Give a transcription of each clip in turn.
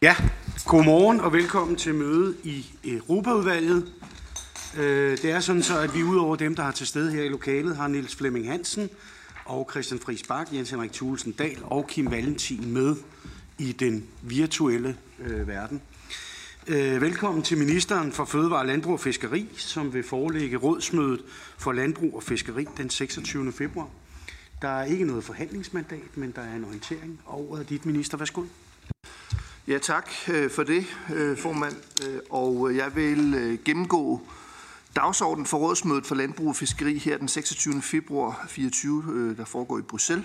Ja, godmorgen og velkommen til møde i Europaudvalget. Det er sådan så, at vi udover dem, der har til stede her i lokalet, har Niels Flemming Hansen og Christian Friis Bach, Jens Henrik Thulesen Dahl og Kim Valentin med i den virtuelle verden. Velkommen til ministeren for Fødevare, Landbrug og Fiskeri, som vil forelægge rådsmødet for Landbrug og Fiskeri den 26. februar. Der er ikke noget forhandlingsmandat, men der er en orientering. Og dit minister, værsgo. Ja, tak for det, formand. Og jeg vil gennemgå dagsordenen for rådsmødet for Landbrug og Fiskeri her den 26. februar 2024, der foregår i Bruxelles.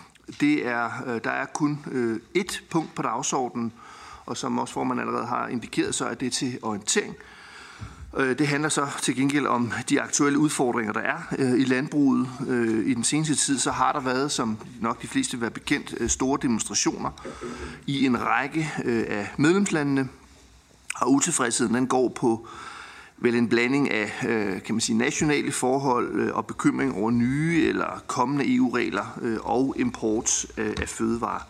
Der er kun ét punkt på dagsordenen, og som også formand allerede har indikeret, så er det til orientering. Det handler så til gengæld om de aktuelle udfordringer, der er i landbruget. I den seneste tid så har der været, som nok de fleste vil være bekendt, store demonstrationer i en række af medlemslandene. Og utilfredsheden den går på vel en blanding af kan man sige, nationale forhold og bekymring over nye eller kommende EU-regler og import af fødevarer.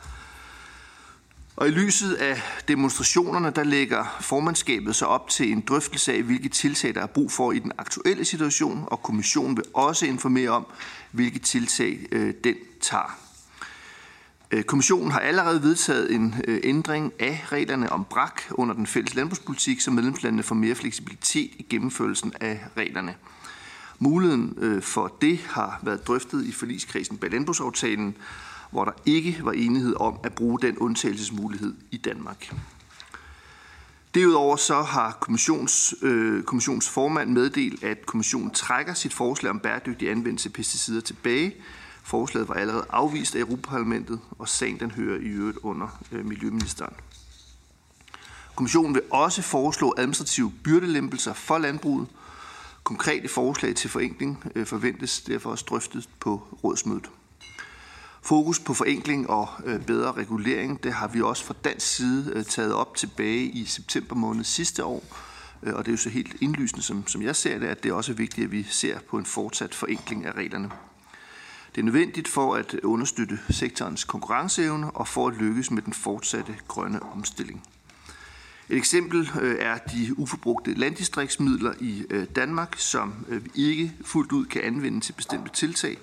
Og i lyset af demonstrationerne, der lægger formandskabet så op til en drøftelse af, hvilke tiltag der er brug for i den aktuelle situation, og kommissionen vil også informere om, hvilke tiltag den tager. Kommissionen har allerede vedtaget en ændring af reglerne om brak under den fælles landbrugspolitik, så medlemslandene får mere fleksibilitet i gennemførelsen af reglerne. Muligheden for det har været drøftet i forligskredsen bag landbrugsaftalen, hvor der ikke var enighed om at bruge den undtagelsesmulighed i Danmark. Derudover så har kommissionens formand meddelt, at kommissionen trækker sit forslag om bæredygtig anvendelse af pesticider tilbage. Forslaget var allerede afvist af Europaparlamentet, og sagen den hører i øvrigt under miljøministeren. Kommissionen vil også foreslå administrative byrdelempelser for landbruget. Konkrete forslag til forenkling forventes derfor også drøftet på rådsmødet. Fokus på forenkling og bedre regulering, det har vi også fra dansk side taget op tilbage i september måned sidste år. Og det er jo så helt indlysende, som jeg ser det, at det er også vigtigt, at vi ser på en fortsat forenkling af reglerne. Det er nødvendigt for at understøtte sektorens konkurrenceevne og for at lykkes med den fortsatte grønne omstilling. Et eksempel er de uforbrugte landdistriktsmidler i Danmark, som vi ikke fuldt ud kan anvende til bestemte tiltag,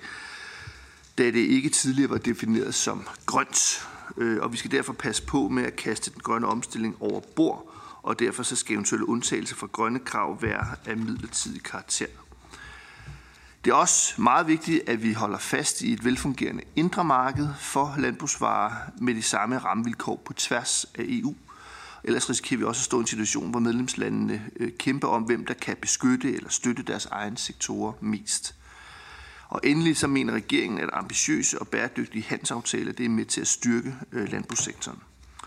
da det ikke tidligere var defineret som grønt. Og vi skal derfor passe på med at kaste den grønne omstilling over bord, og derfor så skal eventuelle undtagelser fra grønne krav være af midlertidig karakter. Det er også meget vigtigt, at vi holder fast i et velfungerende indre marked for landbrugsvarer med de samme rammevilkår på tværs af EU. Ellers risikerer vi også at stå i en situation, hvor medlemslandene kæmper om, hvem der kan beskytte eller støtte deres egne sektorer mest. Og endelig så mener regeringen, at ambitiøse og bæredygtige handelsaftaler det er med til at styrke landbrugssektoren.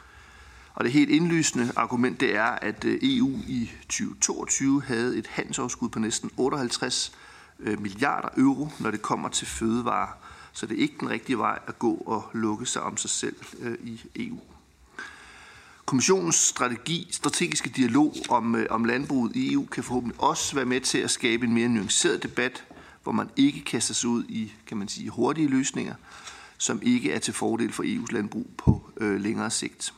Og det helt indlysende argument det er, at EU i 2022 havde et handelsoverskud på næsten 58 milliarder euro, når det kommer til fødevarer. Så det er ikke den rigtige vej at gå og lukke sig om sig selv i EU. Kommissionens strategiske dialog om landbruget i EU kan forhåbentlig også være med til at skabe en mere nuanceret debat, hvor man ikke kaster sig ud i, kan man sige, hurtige løsninger, som ikke er til fordel for EU's landbrug på længere sigt.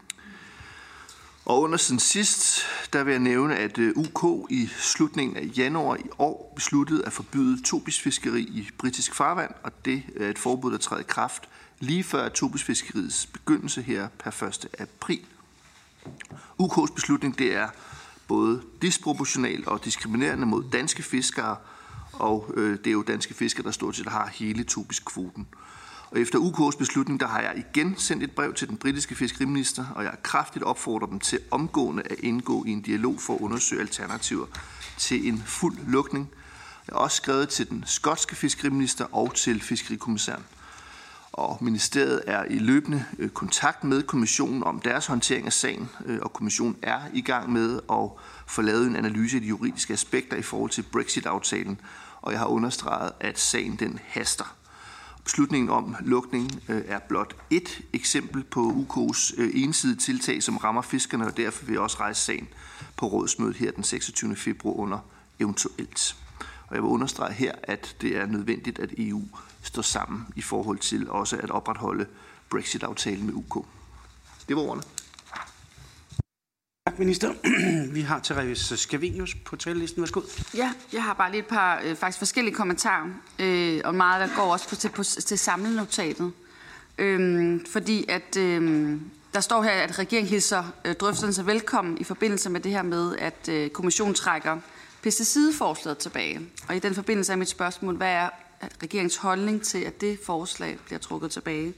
Og under siden sidst, der vil jeg nævne, at UK i slutningen af januar i år besluttede at forbyde tobisfiskeri i britisk farvand, og det er et forbud, der træder i kraft lige før tobisfiskeriets begyndelse her per 1. april. UK's beslutning det er både disproportional og diskriminerende mod danske fiskere, og det er jo danske fiskere, der stort set har hele tobiskvoten. Og efter UK's beslutning, der har jeg igen sendt et brev til den britiske fiskeriminister, og jeg har kraftigt opfordret dem til omgående at indgå i en dialog for at undersøge alternativer til en fuld lukning. Jeg har også skrevet til den skotske fiskeriminister og til fiskerikommissæren. Og ministeriet er i løbende kontakt med kommissionen om deres håndtering af sagen, og kommissionen er i gang med at få lavet en analyse af de juridiske aspekter i forhold til Brexit-aftalen, og jeg har understreget, at sagen den haster. Beslutningen om lukning er blot et eksempel på UK's ensidige tiltag, som rammer fiskerne, og derfor vil jeg også rejse sagen på rådsmødet her den 26. februar under eventuelt. Og jeg vil understrege her, at det er nødvendigt, at EU står sammen i forhold til også at opretholde Brexit-aftalen med UK. Det var ordene. Tak, minister. Vi har Therese Scavenius på talelisten. Værsgo. Ja, jeg har bare lige et par faktisk forskellige kommentarer, og meget, der går også til samlenotatet. Fordi at der står her, at regeringen hilser drøftelserne velkommen i forbindelse med det her med, at kommissionen trækker pesticidforslaget tilbage. Og i den forbindelse er mit spørgsmål, hvad er regeringens holdning til, at det forslag bliver trukket tilbage?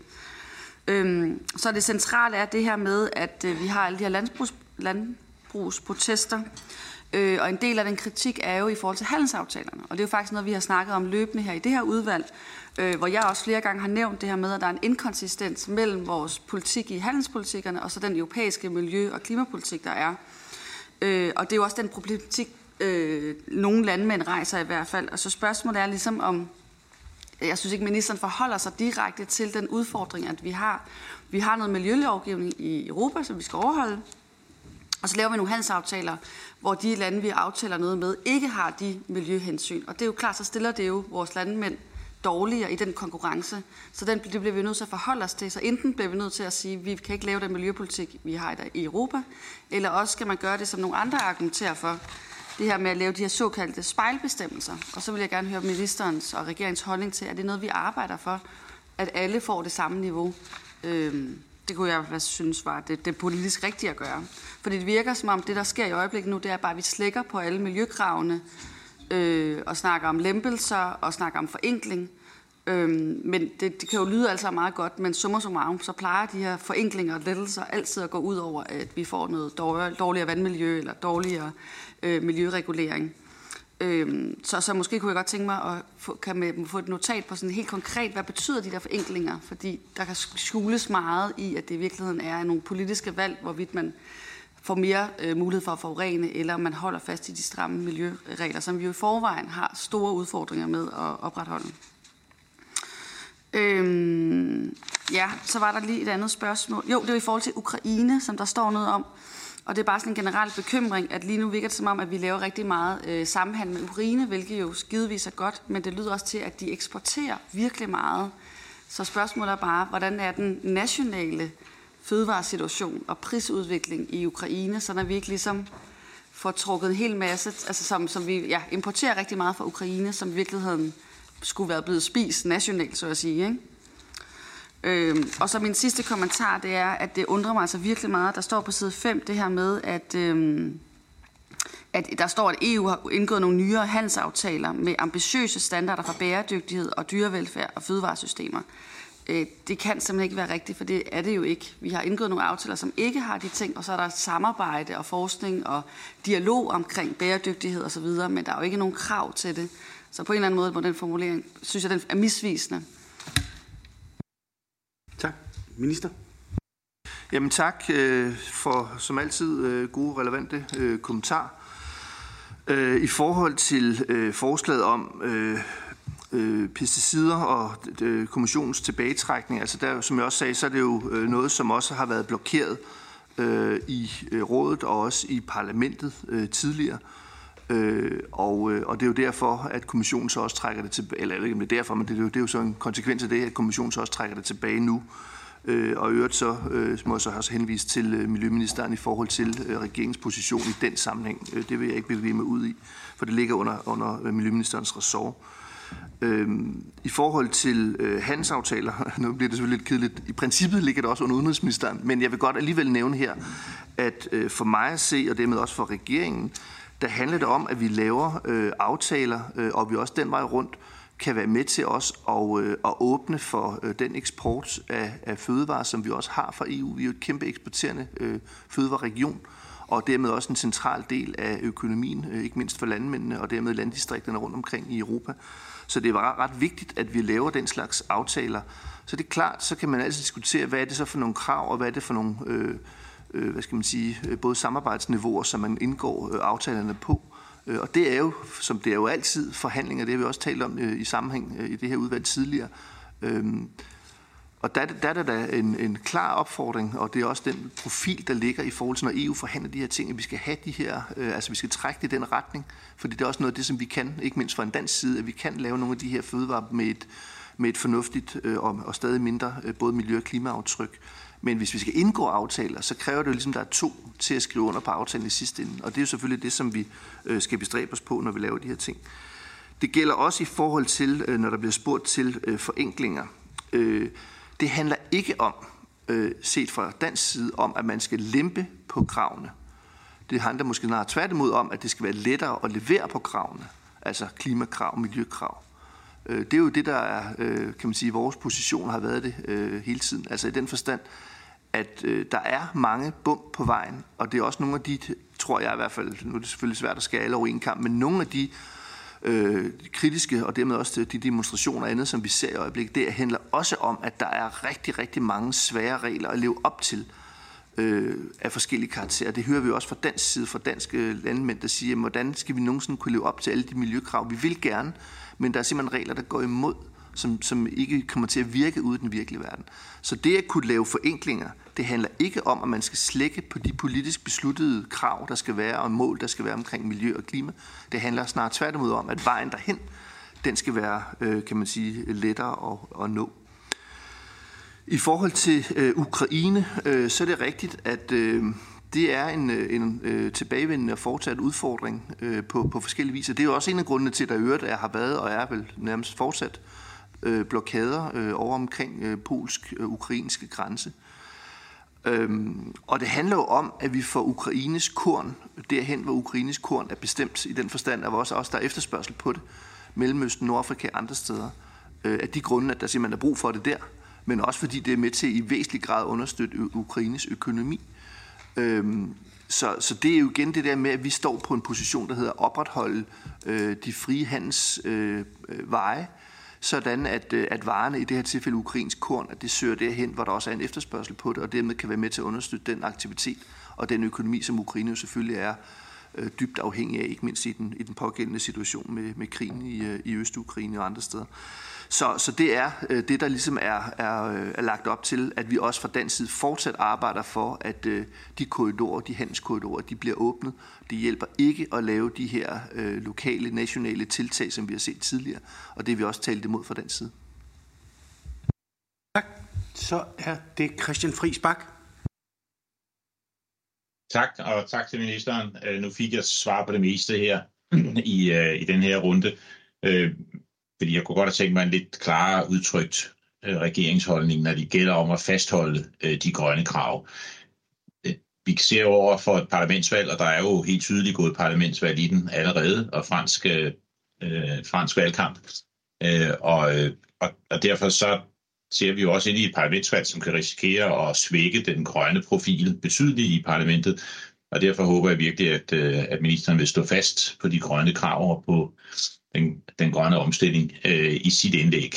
Så det centrale er det her med, at vi har alle de her landbrugsprotester, og en del af den kritik er jo i forhold til handelsaftalerne. Og det er jo faktisk noget, vi har snakket om løbende her i det her udvalg, hvor jeg også flere gange har nævnt det her med, at der er en inkonsistens mellem vores politik i handelspolitikkerne og så den europæiske miljø- og klimapolitik, der er. Og det er jo også den problematik, nogle landmænd rejser i hvert fald. Og så spørgsmålet er ligesom om, jeg synes ikke, ministeren forholder sig direkte til den udfordring, at vi har noget miljølovgivning i Europa, som vi skal overholde, og så laver vi nogle handelsaftaler, hvor de lande, vi aftaler noget med, ikke har de miljøhensyn. Og det er jo klart, så stiller det jo vores landmænd dårligere i den konkurrence. Så det bliver vi nødt til at forholde os til. Så enten bliver vi nødt til at sige, at vi kan ikke lave den miljøpolitik, vi har i Europa, eller også skal man gøre det, som nogle andre argumenterer for, det her med at lave de her såkaldte spejlbestemmelser. Og så vil jeg gerne høre ministerens og regeringens holdning til, at det er noget, vi arbejder for, at alle får det samme niveau. Det kunne jeg synes var det politisk rigtige at gøre. Fordi det virker som om, det der sker i øjeblikket nu, det er bare, at vi slækker på alle miljøkravene og snakker om lempelser og snakker om forenkling. Men det kan jo lyde altså meget godt, men summa summarum, så plejer de her forenklinger og lettelser altid at gå ud over, at vi får noget dårligere vandmiljø eller dårligere miljøregulering. Så måske kunne jeg godt tænke mig at få et notat på sådan helt konkret, hvad betyder de der forenklinger? Fordi der kan skjules meget i, at det i virkeligheden er nogle politiske valg, hvorvidt man får mere mulighed for at forurene, eller man holder fast i de stramme miljøregler, som vi jo i forvejen har store udfordringer med at opretholde. Ja, så var der lige et andet spørgsmål. Jo, det er i forhold til Ukraine, som der står noget om. Og det er bare sådan en generel bekymring, at lige nu virker det som om, at vi laver rigtig meget samhandel med Ukraine, hvilket jo skidevis er godt, men det lyder også til, at de eksporterer virkelig meget. Så spørgsmålet er bare, hvordan er den nationale fødevaresituation og prisudvikling i Ukraine, så når vi ikke ligesom får trukket en hel masse, altså som vi importerer rigtig meget fra Ukraine, som i virkeligheden skulle være blevet spist nationalt, så at sige, ikke? Og så min sidste kommentar, det er, at det undrer mig altså virkelig meget. Der står på side 5 det her med, at der står, at EU har indgået nogle nyere handelsaftaler med ambitiøse standarder for bæredygtighed og dyrevelfærd og fødevaresystemer. Det kan simpelthen ikke være rigtigt, for det er det jo ikke. Vi har indgået nogle aftaler, som ikke har de ting, og så er der samarbejde og forskning og dialog omkring bæredygtighed osv., men der er jo ikke nogen krav til det. Så på en eller anden måde, på den formulering, synes jeg, den er misvisende. Tak. Minister? Jamen tak for som altid gode, relevante kommentarer. I forhold til forslaget om pesticider og kommissionens tilbagetrækning, altså der, som jeg også sagde, så er det jo noget, som også har været blokeret i rådet og også i parlamentet tidligere. Og det er jo derfor, at kommissionen så også trækker det tilbage, eller ikke det er derfor, men det er jo så en konsekvens af det, at kommissionen så også trækker det tilbage nu. Og i øvrigt så må jeg så også henvise til miljøministeren i forhold til regeringens position i den sammenhæng. Det vil jeg ikke bevæge mig ud i, for det ligger under miljøministerens ressort. I forhold til handelsaftaler, nu bliver det selvfølgelig lidt kedeligt, i princippet ligger det også under udenrigsministeren, men jeg vil godt alligevel nævne her, at for mig at se, og dermed også for regeringen, der handler det om, at vi laver aftaler, og vi også den vej rundt kan være med til os at åbne for den eksport af fødevarer, som vi også har fra EU. Vi er jo et kæmpe eksporterende fødevareregion, og dermed også en central del af økonomien, ikke mindst for landmændene og dermed landdistrikterne rundt omkring i Europa. Så det var ret vigtigt, at vi laver den slags aftaler. Så det er klart, så kan man altid diskutere, hvad er det så for nogle krav, og hvad er det for nogle hvad skal man sige, både samarbejdsniveauer, som man indgår aftalerne på. Og det er jo, som det er jo altid, forhandlinger, det har vi også talt om i sammenhæng i det her udvalg tidligere. Og der er der en klar opfordring, og det er også den profil, der ligger i forhold til, når EU forhandler de her ting, at vi skal have de her, altså vi skal trække det i den retning, fordi det er også noget af det, som vi kan, ikke mindst fra en dansk side, at vi kan lave nogle af de her fødevarer med et fornuftigt og stadig mindre både miljø- og klimaaftryk, Men hvis vi skal indgå aftaler, så kræver det jo ligesom, at der er 2 til at skrive under på aftalen i sidste ende. Og det er jo selvfølgelig det, som vi skal bestræbe os på, når vi laver de her ting. Det gælder også i forhold til, når der bliver spurgt til forenklinger. Det handler ikke om, set fra dansk side, om at man skal lempe på kravene. Det handler måske snarere tværtimod om, at det skal være lettere at levere på kravene. Altså klimakrav, miljøkrav. Det er jo det, der er, kan man sige, vores position har været det hele tiden. Altså i den forstand, at der er mange bump på vejen, og det er også nogle af de, tror jeg i hvert fald, nu er det selvfølgelig svært at skære alle over en kamp, men nogle af de kritiske, og dermed også de demonstrationer og andet, som vi ser i øjeblikket, det handler også om, at der er rigtig, rigtig mange svære regler at leve op til af forskellige karakterer. Det hører vi også fra dansk side, fra danske landmænd, der siger, hvordan skal vi nogensinde kunne leve op til alle de miljøkrav? Vi vil gerne, men der er simpelthen regler, der går imod, som ikke kommer til at virke ude i den virkelige verden. Så det at kunne lave forenklinger, det handler ikke om, at man skal slække på de politisk besluttede krav, der skal være, og mål, der skal være omkring miljø og klima. Det handler snart tværtimod om, at vejen derhen, den skal være, kan man sige, lettere at nå. I forhold til Ukraine, så er det rigtigt, at det er en tilbagevendende og fortsat udfordring på forskellige vis. Det er jo også en af grundene til, at der øvrigt har været og er vel nærmest fortsat blokader over omkring polsk-ukrainske grænse. Og det handler jo om, at vi får Ukraines korn derhen, hvor Ukraines korn er bestemt i den forstand, at også der er efterspørgsel på det. Mellemøsten, Nordafrika og andre steder. Af de grunde, at der simpelthen er brug for det der, men også fordi det er med til i væsentlig grad at understøtte Ukraines økonomi. Så det er jo igen det der med, at vi står på en position, der hedder at opretholde de frie handelsveje, sådan at varerne, i det her tilfælde ukrainsk korn, at det søger derhen, hvor der også er en efterspørgsel på det, og dermed kan være med til at understøtte den aktivitet og den økonomi, som Ukraine jo selvfølgelig er dybt afhængig af, ikke mindst i den pågældende situation med krigen i Øst-Ukraine og andre steder. Så det er det, der ligesom er lagt op til, at vi også fra dansk side fortsat arbejder for, at de handelskorridorer, de bliver åbnet. Det hjælper ikke at lave de her lokale, nationale tiltag, som vi har set tidligere, og det er vi også talt imod fra den side. Tak. Så er det Christian Friis Bach. Tak, og tak til ministeren. Nu fik jeg svar på det meste her i den her runde. Fordi jeg kunne godt have tænkt mig en lidt klarere udtrykt regeringsholdning, når det gælder om at fastholde de grønne krav. Vi ser over for et parlamentsvalg, og der er jo helt tydeligt gået parlamentsvalg i den allerede, og fransk valgkamp. Og derfor så ser vi jo også ind i et parlamentsvalg, som kan risikere at svække den grønne profil betydeligt i parlamentet. Og derfor håber jeg virkelig, at ministeren vil stå fast på de grønne krav og på den grønne omstilling i sit indlæg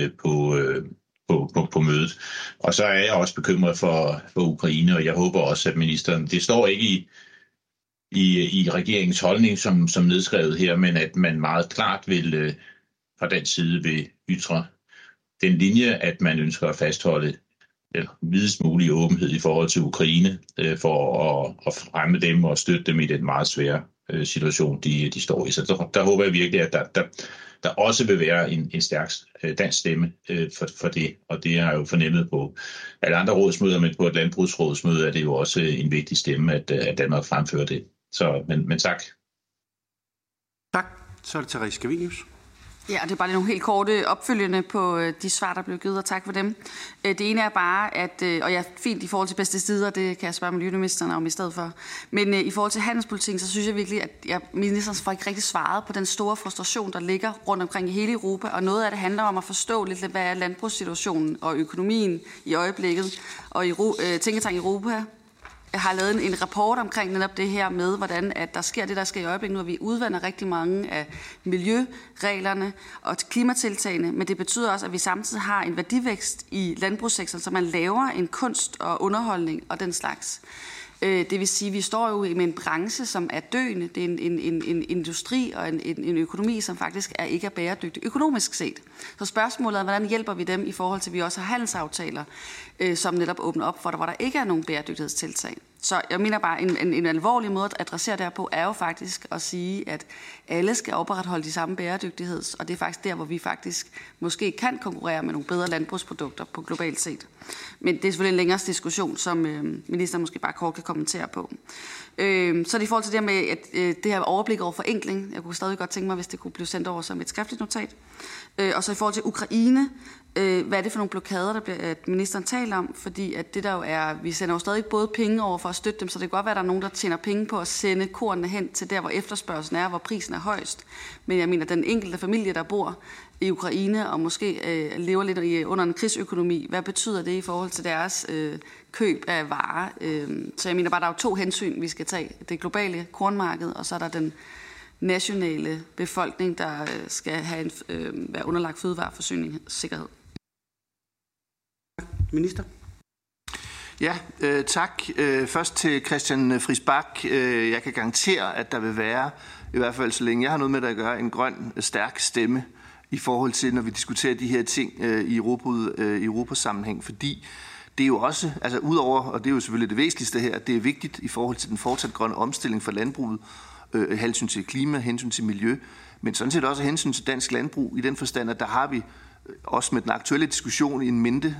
på mødet. Og så er jeg også bekymret for Ukraine, og jeg håber også, at ministeren, det står ikke i regeringens holdning som nedskrevet her, men at man meget klart vil fra den side vil ytre den linje, at man ønsker at fastholde videst mulig åbenhed i forhold til Ukraine for at fremme dem og støtte dem i den meget svære situation, de står i. Så der håber jeg virkelig, at der også vil være en stærk dansk stemme for det. Og det har jeg jo fornemmet på alle andre rådsmøder, men på et landbrugsrådsmøde er det jo også en vigtig stemme, at Danmark fremfører det. Så, men tak. Tak. Så er det Therese Scavenius. Ja, det er bare nogle helt korte opfølgende på de svar, der blev givet, og tak for dem. Det ene er bare, at, og jeg er fint i forhold til pesticider, det kan jeg spørge miljøministeren om i stedet for, men i forhold til handelspolitikken, så synes jeg virkelig, at ministeren får ikke rigtig svaret på den store frustration, der ligger rundt omkring i hele Europa, og noget af det handler om at forstå lidt, hvad er landbrugssituationen og økonomien i øjeblikket, og Tænketank Europa har lavet en rapport omkring netop det her med, hvordan at der sker det, der sker i øjeblikket nu, at vi udvander rigtig mange af miljøreglerne og klimatiltagene, men det betyder også, at vi samtidig har en værdivækst i landbrugssektoren, så man laver en kunst og underholdning og den slags. Det vil sige, at vi står jo med en branche, som er døende. Det er en industri og en økonomi, som faktisk ikke er bæredygtig økonomisk set. Så spørgsmålet er, hvordan hjælper vi dem i forhold til, at vi også har handelsaftaler, som netop åbner op for det, hvor der ikke er nogen bæredygtighedstiltag. Så jeg mener bare, en alvorlig måde at adressere det her på, er jo faktisk at sige, at alle skal opretholde de samme bæredygtigheds, og det er faktisk der, hvor vi faktisk måske kan konkurrere med nogle bedre landbrugsprodukter på globalt set. Men det er selvfølgelig en længere diskussion, som ministeren måske bare kort kan kommentere på. Så er det i forhold til det her med at det her overblik over forenkling. Jeg kunne stadig godt tænke mig, hvis det kunne blive sendt over som et skriftligt notat. Og så i forhold til Ukraine, hvad er det for nogle blokader, at ministeren taler om? Fordi at det der jo er, vi sender jo stadig både penge over for at støtte dem, så det kan godt være, at der er nogen, der tjener penge på at sende kornene hen til der, hvor efterspørgselen er, hvor prisen er højst. Men jeg mener, den enkelte familie, der bor i Ukraine og måske lever lidt under en krigsøkonomi, hvad betyder det i forhold til deres køb af varer? Så jeg mener bare, der er jo to hensyn, vi skal tage. Det globale kornmarked, og så er der den nationale befolkning, der skal have være underlagt fødevareforsyningssikkerhed. Minister? Ja, tak. Først til Christian Friis Bach. Jeg kan garantere, at der vil være, i hvert fald så længe jeg har noget med det at gøre, en grøn, stærk stemme i forhold til, når vi diskuterer de her ting i Europasammenhæng, fordi det er jo også, altså udover, og det er jo selvfølgelig det væsentligste her, det er vigtigt i forhold til den fortsat grønne omstilling for landbruget, hensyn til klima, hensyn til miljø, men sådan set også hensyn til dansk landbrug i den forstand, at der har vi også med den aktuelle diskussion i en mente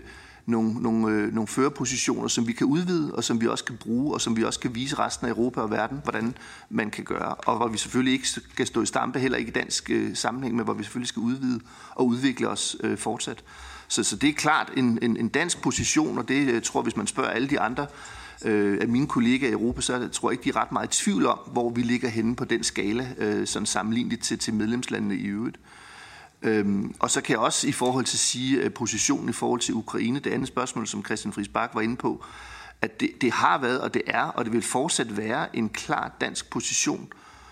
nogle førerpositioner, som vi kan udvide, og som vi også kan bruge, og som vi også kan vise resten af Europa og verden, hvordan man kan gøre, og hvor vi selvfølgelig ikke skal stå i stampe, heller ikke i dansk sammenhæng, men hvor vi selvfølgelig skal udvide og udvikle os fortsat. Så det er klart en dansk position, og det tror jeg, hvis man spørger alle de andre af mine kollegaer i Europa, så tror jeg ikke, de er ret meget i tvivl om, hvor vi ligger henne på den skala, sådan sammenlignet til medlemslandene i øvrigt. Og så kan jeg også i forhold til sige positionen i forhold til Ukraine, det andet spørgsmål, som Christian Friis Bach var inde på, at det har været, og det er, og det vil fortsat være en klar dansk position,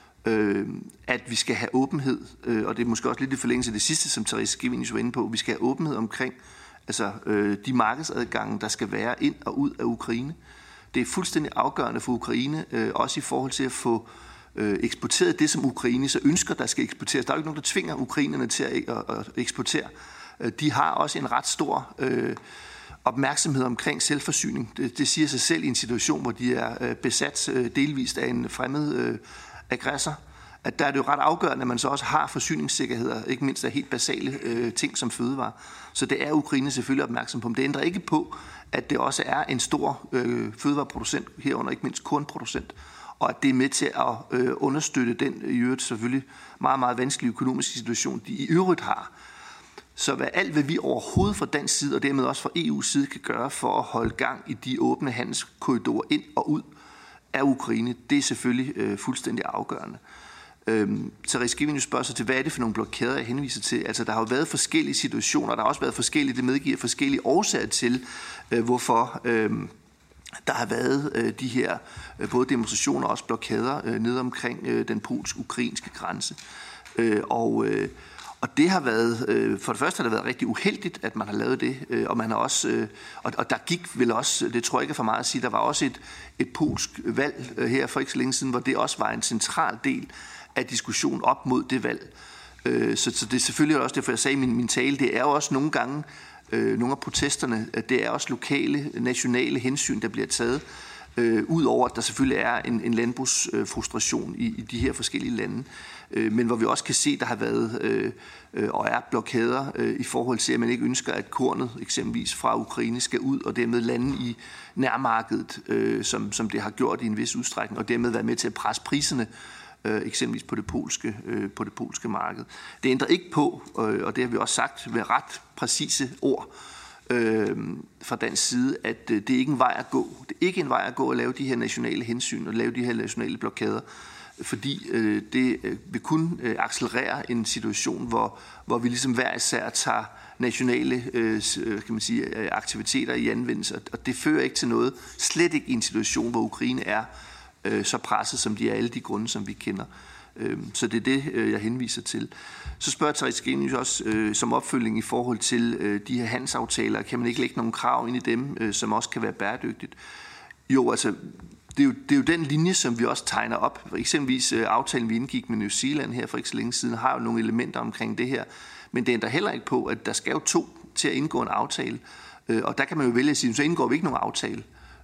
at vi skal have åbenhed, og det er måske også lidt i forlængelse af det sidste, som Therese Scavenius var inde på, vi skal have åbenhed omkring altså, de markedsadgange, der skal være ind og ud af Ukraine. Det er fuldstændig afgørende for Ukraine, også i forhold til at få eksporteret det, som Ukraine så ønsker, der skal eksporteres. Der er jo ikke nogen, der tvinger ukrainerne til at eksportere. De har også en ret stor opmærksomhed omkring selvforsyning. Det siger sig selv i en situation, hvor de er besat delvist af en fremmed aggressor, at der er det jo ret afgørende, at man så også har forsyningssikkerheder, ikke mindst af helt basale ting som fødevarer. Så det er Ukraine selvfølgelig opmærksom på. Men det ændrer ikke på, at det også er en stor fødevareproducent, herunder ikke mindst kornproducent, og at det er med til at understøtte den i øvrigt selvfølgelig meget, meget vanskelige økonomiske situation, de i øvrigt har. Så alt, hvad vi overhovedet fra dansk side, og dermed også fra EU's side, kan gøre for at holde gang i de åbne handelskorridorer ind og ud af Ukraine, det er selvfølgelig fuldstændig afgørende. Therese Scavenius spørger sig til, hvad er det for nogle blokader, jeg henviser til? Altså, der har jo været forskellige situationer, der har også været forskellige, det medgiver forskellige årsager til, hvorfor der har været de her både demonstrationer og også blokader nede omkring den polsk-ukrainske grænse. Og det har været, for det første har det været rigtig uheldigt, at man har lavet det, og man har også, og der gik vel også, det tror jeg ikke er for meget at sige, der var også et polsk valg her for ikke så længe siden, hvor det også var en central del af diskussionen op mod det valg. Så det er selvfølgelig også derfor, jeg sagde i min tale, det er jo også nogle gange, nogle af protesterne, det er også lokale, nationale hensyn, der bliver taget, udover at der selvfølgelig er en landbrugsfrustration i de her forskellige lande. Men hvor vi også kan se, at der har været og er blokader i forhold til, at man ikke ønsker, at kornet eksempelvis fra Ukraine skal ud, og dermed lande i nærmarkedet, som det har gjort i en vis udstrækning, og dermed være med til at presse priserne eksempelvis på det polske marked. Det ændrer ikke på, og det har vi også sagt med ret præcise ord fra dansk side, at det ikke er en vej at gå. Det er ikke en vej at gå at lave de her nationale hensyn og lave de her nationale blokader, fordi det vil kun accelerere en situation, hvor vi ligesom hver især tager nationale kan man sige, aktiviteter i anvendelse, og det fører ikke til noget, slet ikke i en situation, hvor Ukraine er så presset, som de er, alle de grunde, som vi kender. Så det er det, jeg henviser til. Så spørger Therese Scavenius også som opfølging i forhold til de her handelsaftaler. Kan man ikke lægge nogle krav ind i dem, som også kan være bæredygtigt? Jo, altså, det er jo den linje, som vi også tegner op. Eksempelvis aftalen, vi indgik med New Zealand her for ikke så længe siden, har jo nogle elementer omkring det her. Men det ændrer heller ikke på, at der skal jo to til at indgå en aftale. Og der kan man jo vælge at sige, så indgår vi ikke nogen aftale.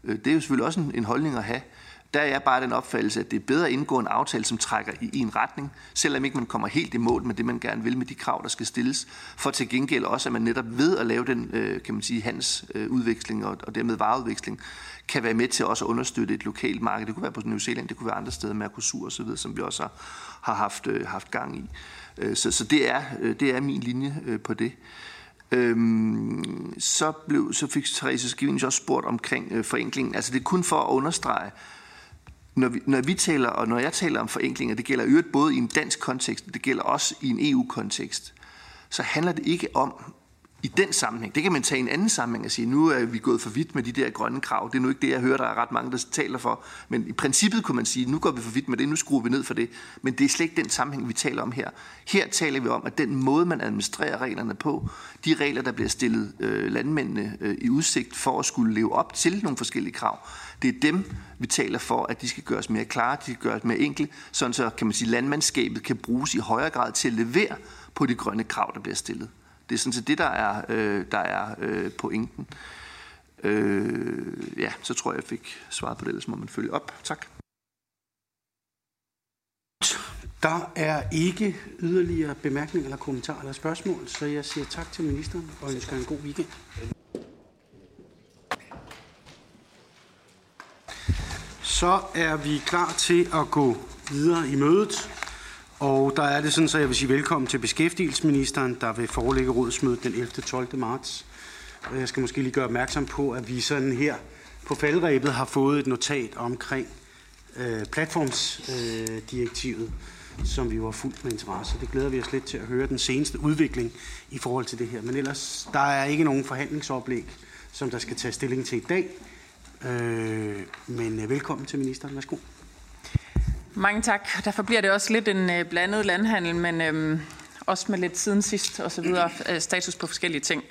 Det er jo selvfølgelig også en holdning at have. Der er bare den opfattelse, at det er bedre at indgå en aftale, som trækker i en retning, selvom ikke man kommer helt i mål med det, man gerne vil med de krav, der skal stilles, for til gengæld også, at man netop ved at lave den, kan man sige, handelsudveksling og dermed vareudveksling, kan være med til også at understøtte et lokalt marked. Det kunne være på New Zealand, det kunne være andre steder, Mercosur og så videre, som vi også har haft gang i. Så det er min linje på det. Så fik Therese Scavenius også spurgt omkring forenklingen. Altså det er kun for at understrege, når jeg taler om forenklinger, det gælder øvrigt både i en dansk kontekst, det gælder også i en EU-kontekst, så handler det ikke om i den sammenhæng. Det kan man tage i en anden sammenhæng og sige, nu er vi gået for vidt med de der grønne krav. Det er nu ikke det, jeg hører, der er ret mange, der taler for. Men i princippet kunne man sige, nu går vi for vidt med det, nu skruer vi ned for det. Men det er slet ikke den sammenhæng, vi taler om her. Her taler vi om, at den måde, man administrerer reglerne på, de regler, der bliver stillet landmændene i udsigt for at skulle leve op til nogle forskellige krav, det er dem, vi taler for, at de skal gøres mere klare, de skal gøres mere enkle, sådan så kan man sige, landmandskabet kan bruges i højere grad til at levere på de grønne krav, der bliver stillet. Det er sådan set det, der er pointen. Så tror jeg fik svaret på det, ellers må man følge op. Tak. Der er ikke yderligere bemærkninger eller kommentarer eller spørgsmål, så jeg siger tak til ministeren og ønsker en god weekend. Så er vi klar til at gå videre i mødet. Og der er det sådan, så jeg vil sige velkommen til beskæftigelsesministeren, der vil forelægge rådsmødet den 11. 12. marts. Og jeg skal måske lige gøre opmærksom på, at vi sådan her på faldrebet har fået et notat omkring platformsdirektivet, som vi jo har fulgt med interesse. Det glæder vi os lidt til at høre den seneste udvikling i forhold til det her. Men ellers, der er ikke nogen forhandlingsoplæg, som der skal tage stilling til i dag. Men velkommen til ministeren. Værsgo. Mange tak. Derfor bliver det også lidt en blandet landhandel, men også med lidt siden sidst og så videre status på forskellige ting.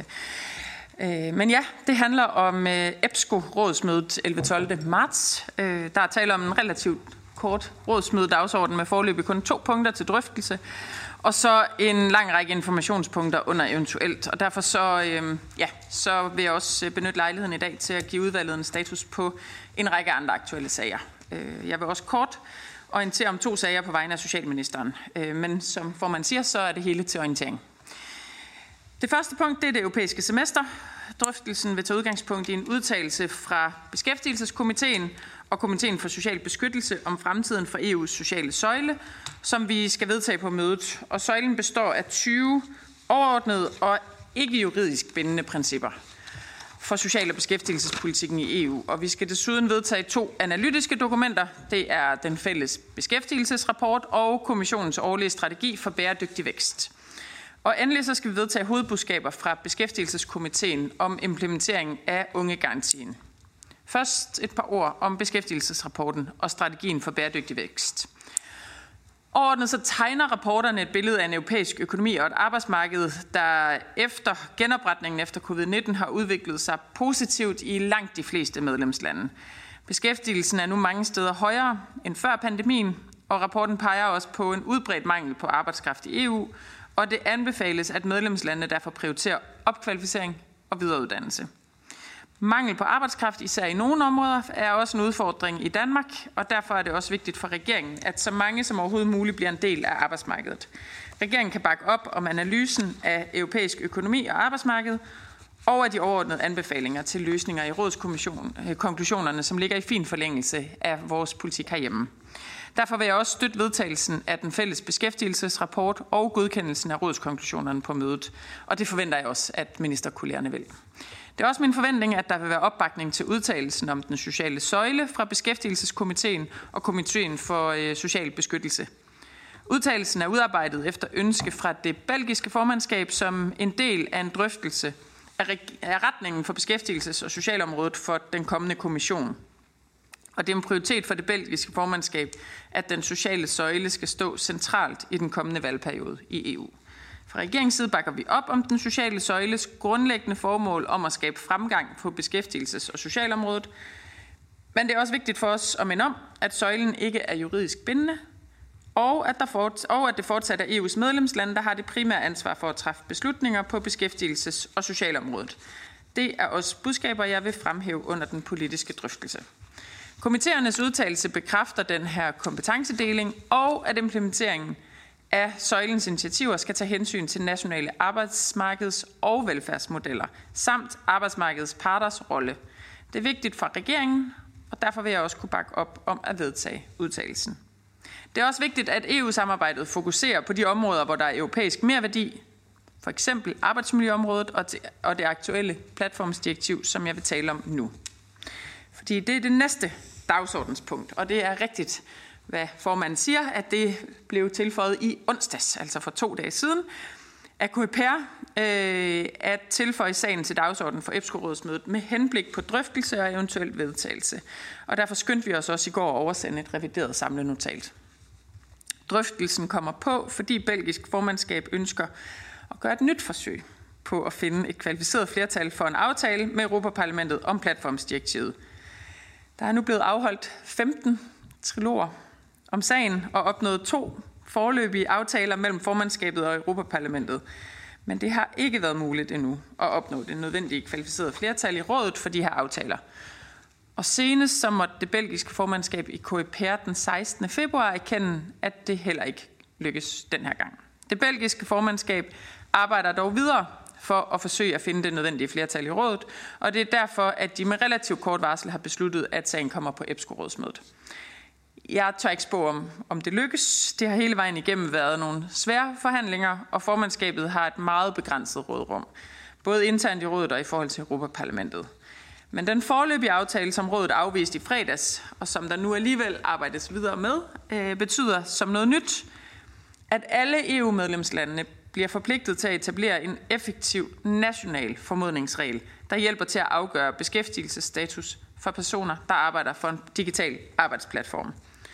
Men ja, det handler om EBSCO-rådsmødet 11-12. marts. Der er tale om en relativt kort rådsmødedagsorden med foreløbig kun 2 punkter til drøftelse, og så en lang række informationspunkter under eventuelt. Og derfor så vil jeg også benytte lejligheden i dag til at give udvalget en status på en række andre aktuelle sager. Jeg vil også kort orientere om 2 sager på vegne af Socialministeren, men som formand siger, så er det hele til orientering. Det første punkt, det er det europæiske semester. Drøftelsen vil tage udgangspunkt i en udtalelse fra Beskæftigelseskomiteen og Komiteen for Social Beskyttelse om fremtiden for EU's sociale søjle, som vi skal vedtage på mødet. Og søjlen består af 20 overordnede og ikke juridisk bindende principper for social- og beskæftigelsespolitikken i EU. Og vi skal desuden vedtage 2 analytiske dokumenter. Det er den fælles beskæftigelsesrapport og Kommissionens årlige strategi for bæredygtig vækst. Og endelig så skal vi vedtage hovedbudskaber fra Beskæftigelseskomiteen om implementering af ungegarantien. Først et par ord om beskæftigelsesrapporten og strategien for bæredygtig vækst. Overordnet så tegner rapporterne et billede af en europæisk økonomi og et arbejdsmarked, der efter genopretningen efter covid-19 har udviklet sig positivt i langt de fleste medlemslande. Beskæftigelsen er nu mange steder højere end før pandemien, og rapporten peger også på en udbredt mangel på arbejdskraft i EU, og det anbefales, at medlemslandene derfor prioriterer opkvalificering og videreuddannelse. Mangel på arbejdskraft, især i nogle områder, er også en udfordring i Danmark, og derfor er det også vigtigt for regeringen, at så mange som overhovedet muligt bliver en del af arbejdsmarkedet. Regeringen kan bakke op om analysen af europæisk økonomi og arbejdsmarked, og af de overordnede anbefalinger til løsninger i rådskonklusionerne, som ligger i fin forlængelse af vores politik herhjemme. Derfor vil jeg også støtte vedtagelsen af den fælles beskæftigelsesrapport og godkendelsen af rådskonklusionerne på mødet, og det forventer jeg også, at ministerkollegerne vil. Det er også min forventning, at der vil være opbakning til udtalelsen om den sociale søjle fra Beskæftigelseskomiteen og Komiteen for Social Beskyttelse. Udtalelsen er udarbejdet efter ønske fra det belgiske formandskab som en del af en drøftelse af retningen for beskæftigelses- og socialområdet for den kommende kommission. Og det er en prioritet for det belgiske formandskab, at den sociale søjle skal stå centralt i den kommende valgperiode i EU. Fra regeringens side bakker vi op om den sociale søjles grundlæggende formål om at skabe fremgang på beskæftigelses- og socialområdet. Men det er også vigtigt for os at minde om, at søjlen ikke er juridisk bindende, og at det fortsat er EU's medlemslande, der har det primære ansvar for at træffe beslutninger på beskæftigelses- og socialområdet. Det er også budskaber, jeg vil fremhæve under den politiske drøftelse. Komitérernes udtalelse bekræfter den her kompetencedeling, og at implementeringen af søjlens initiativer skal tage hensyn til nationale arbejdsmarkeds- og velfærdsmodeller, samt arbejdsmarkedets parters rolle. Det er vigtigt for regeringen, og derfor vil jeg også kunne bakke op om at vedtage udtalelsen. Det er også vigtigt, at EU-samarbejdet fokuserer på de områder, hvor der er europæisk merværdi, for eksempel arbejdsmiljøområdet og det aktuelle platformsdirektiv, som jeg vil tale om nu. Fordi det er det næste dagsordenspunkt, og det er rigtigt, hvad formanden siger, at det blev tilføjet i onsdags, altså for 2 dage siden, af Coreper at tilføje sagen til dagsordenen for EPSCO-rådsmødet med henblik på drøftelse og eventuelt vedtagelse. Og derfor skyndte vi os også i går at oversende et revideret samlenotat. Drøftelsen kommer på, fordi belgisk formandskab ønsker at gøre et nyt forsøg på at finde et kvalificeret flertal for en aftale med Europaparlamentet om platformsdirektivet. Der er nu blevet afholdt 15 triloger om sagen og opnået 2 foreløbige aftaler mellem formandskabet og Europaparlamentet. Men det har ikke været muligt endnu at opnå det nødvendige kvalificerede flertal i rådet for de her aftaler. Og senest så måtte det belgiske formandskab i Coreper den 16. februar erkende, at det heller ikke lykkes den her gang. Det belgiske formandskab arbejder dog videre for at forsøge at finde det nødvendige flertal i rådet, og det er derfor, at de med relativt kort varsel har besluttet, at sagen kommer på EPSCO-rådsmødet. Jeg tør ikke spå om det lykkes. Det har hele vejen igennem været nogle svære forhandlinger, og formandskabet har et meget begrænset rådrum, både internt i rådet og i forhold til Europaparlamentet. Men den foreløbige aftale, som rådet afviste i fredags, og som der nu alligevel arbejdes videre med, betyder som noget nyt, at alle EU-medlemslandene bliver forpligtet til at etablere en effektiv national formodningsregel, der hjælper til at afgøre beskæftigelsesstatus for personer, der arbejder for en digital arbejdsplatform.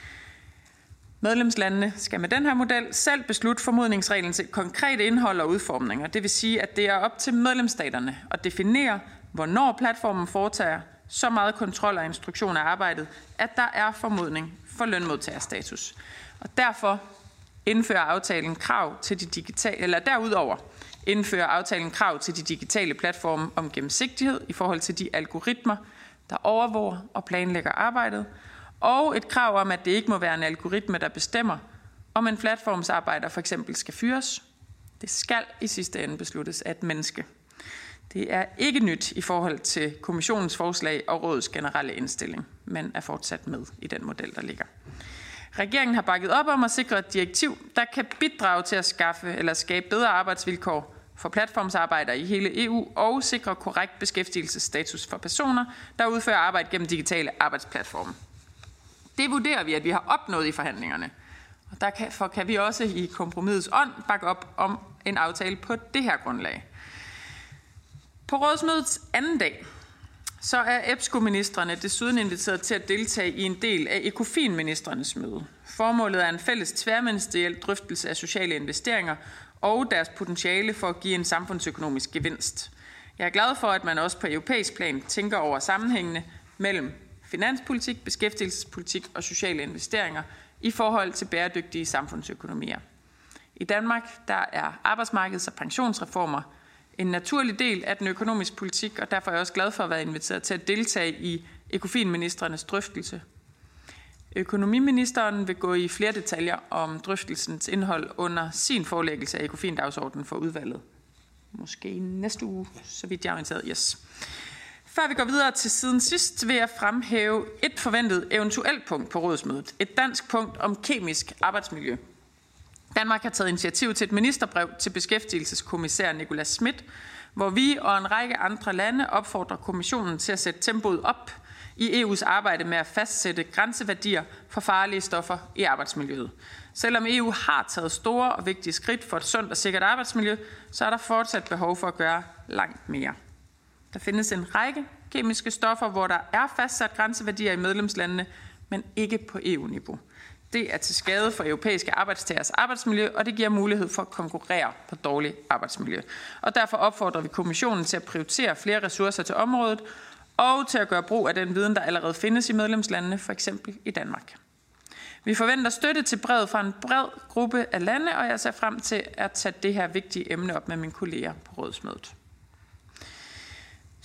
Medlemslandene skal med den her model selv beslutte formodningsreglens konkrete indhold og udformninger. Det vil sige, at det er op til medlemsstaterne at definere, hvornår platformen foretager så meget kontrol og instruktion af arbejdet, at der er formodning for lønmodtagerstatus. Og derfor indfører aftalen krav til de digitale, eller derudover indfører aftalen krav til de digitale platforme om gennemsigtighed i forhold til de algoritmer, der overvåger og planlægger arbejdet, og et krav om, at det ikke må være en algoritme, der bestemmer, om en platformsarbejder for eksempel skal fyres. Det skal i sidste ende besluttes af et menneske. Det er ikke nyt i forhold til kommissionens forslag og rådets generelle indstilling, men er fortsat med i den model, der ligger. Regeringen har bakket op om at sikre et direktiv, der kan bidrage til at skabe bedre arbejdsvilkår for platformsarbejdere i hele EU og sikre korrekt beskæftigelsesstatus for personer, der udfører arbejde gennem digitale arbejdsplatforme. Det vurderer vi, at vi har opnået i forhandlingerne. Og derfor kan vi også i kompromisets ånd bakke op om en aftale på det her grundlag. På rådsmødets anden dag, så er EPSCO-ministrene desuden inviteret til at deltage i en del af ECOFIN-ministrenes møde. Formålet er en fælles tværministeriel drøftelse af sociale investeringer og deres potentiale for at give en samfundsøkonomisk gevinst. Jeg er glad for, at man også på europæisk plan tænker over sammenhængene mellem finanspolitik, beskæftigelsespolitik og sociale investeringer i forhold til bæredygtige samfundsøkonomier. I Danmark der er arbejdsmarkeds- og pensionsreformer en naturlig del af den økonomiske politik, og derfor er jeg også glad for at være inviteret til at deltage i ECOFIN-ministrenes drøftelse. Økonomiministeren vil gå i flere detaljer om drøftelsens indhold under sin forelæggelse af ECOFIN-dagsordenen for udvalget. Måske næste uge, så vidt jeg er orienteret. Yes. Før vi går videre til siden sidst, vil jeg fremhæve et forventet eventuelt punkt på rådsmødet. Et dansk punkt om kemisk arbejdsmiljø. Danmark har taget initiativ til et ministerbrev til beskæftigelseskommissær Nicolas Schmidt, hvor vi og en række andre lande opfordrer kommissionen til at sætte tempoet op i EU's arbejde med at fastsætte grænseværdier for farlige stoffer i arbejdsmiljøet. Selvom EU har taget store og vigtige skridt for et sundt og sikkert arbejdsmiljø, så er der fortsat behov for at gøre langt mere. Der findes en række kemiske stoffer, hvor der er fastsat grænseværdier i medlemslandene, men ikke på EU-niveau. Det er til skade for europæiske arbejdstagers arbejdsmiljø, og det giver mulighed for at konkurrere på dårligt arbejdsmiljø. Og derfor opfordrer vi kommissionen til at prioritere flere ressourcer til området, og til at gøre brug af den viden, der allerede findes i medlemslandene, for eksempel i Danmark. Vi forventer støtte til brevet fra en bred gruppe af lande, og jeg ser frem til at tage det her vigtige emne op med mine kolleger på rådsmødet.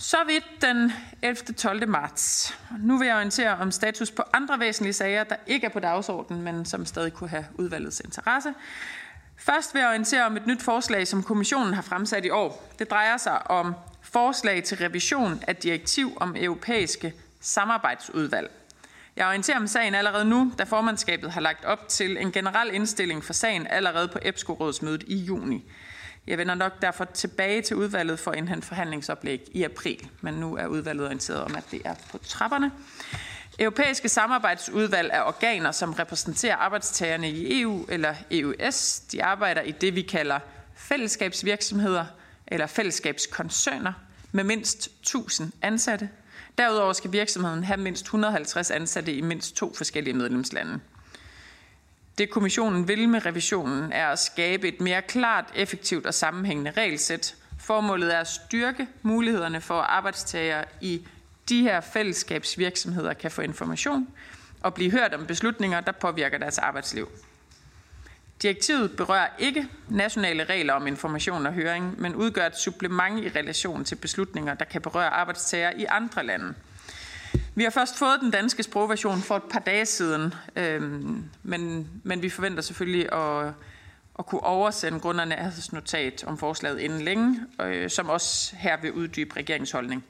Så vidt den 11.-12. marts. Nu vil jeg orientere om status på andre væsentlige sager, der ikke er på dagsordenen, men som stadig kunne have udvalgets interesse. Først vil jeg orientere om et nyt forslag, som kommissionen har fremsat i år. Det drejer sig om forslag til revision af direktiv om europæiske samarbejdsudvalg. Jeg orienterer om sagen allerede nu, da formandskabet har lagt op til en generel indstilling for sagen allerede på EPSCO-rådsmødet i juni. Jeg vender nok derfor tilbage til udvalget for at indhente forhandlingsoplæg i april, men nu er udvalget orienteret om, at det er på trapperne. Europæiske samarbejdsudvalg er organer, som repræsenterer arbejdstagerne i EU eller EØS. De arbejder i det, vi kalder fællesskabsvirksomheder eller fællesskabskoncerner med mindst 1000 ansatte. Derudover skal virksomheden have mindst 150 ansatte i mindst 2 forskellige medlemslande. Det kommissionen vil med revisionen er at skabe et mere klart, effektivt og sammenhængende regelsæt. Formålet er at styrke mulighederne for, at arbejdstagere i de her fællesskabsvirksomheder kan få information og blive hørt om beslutninger, der påvirker deres arbejdsliv. Direktivet berører ikke nationale regler om information og høring, men udgør et supplement i relation til beslutninger, der kan berøre arbejdstagere i andre lande. Vi har først fået den danske sprogversion for et par dage siden, men vi forventer selvfølgelig at kunne oversende grundernærhedsnotat om forslaget inden længe, som også her vil uddybe regeringsholdning.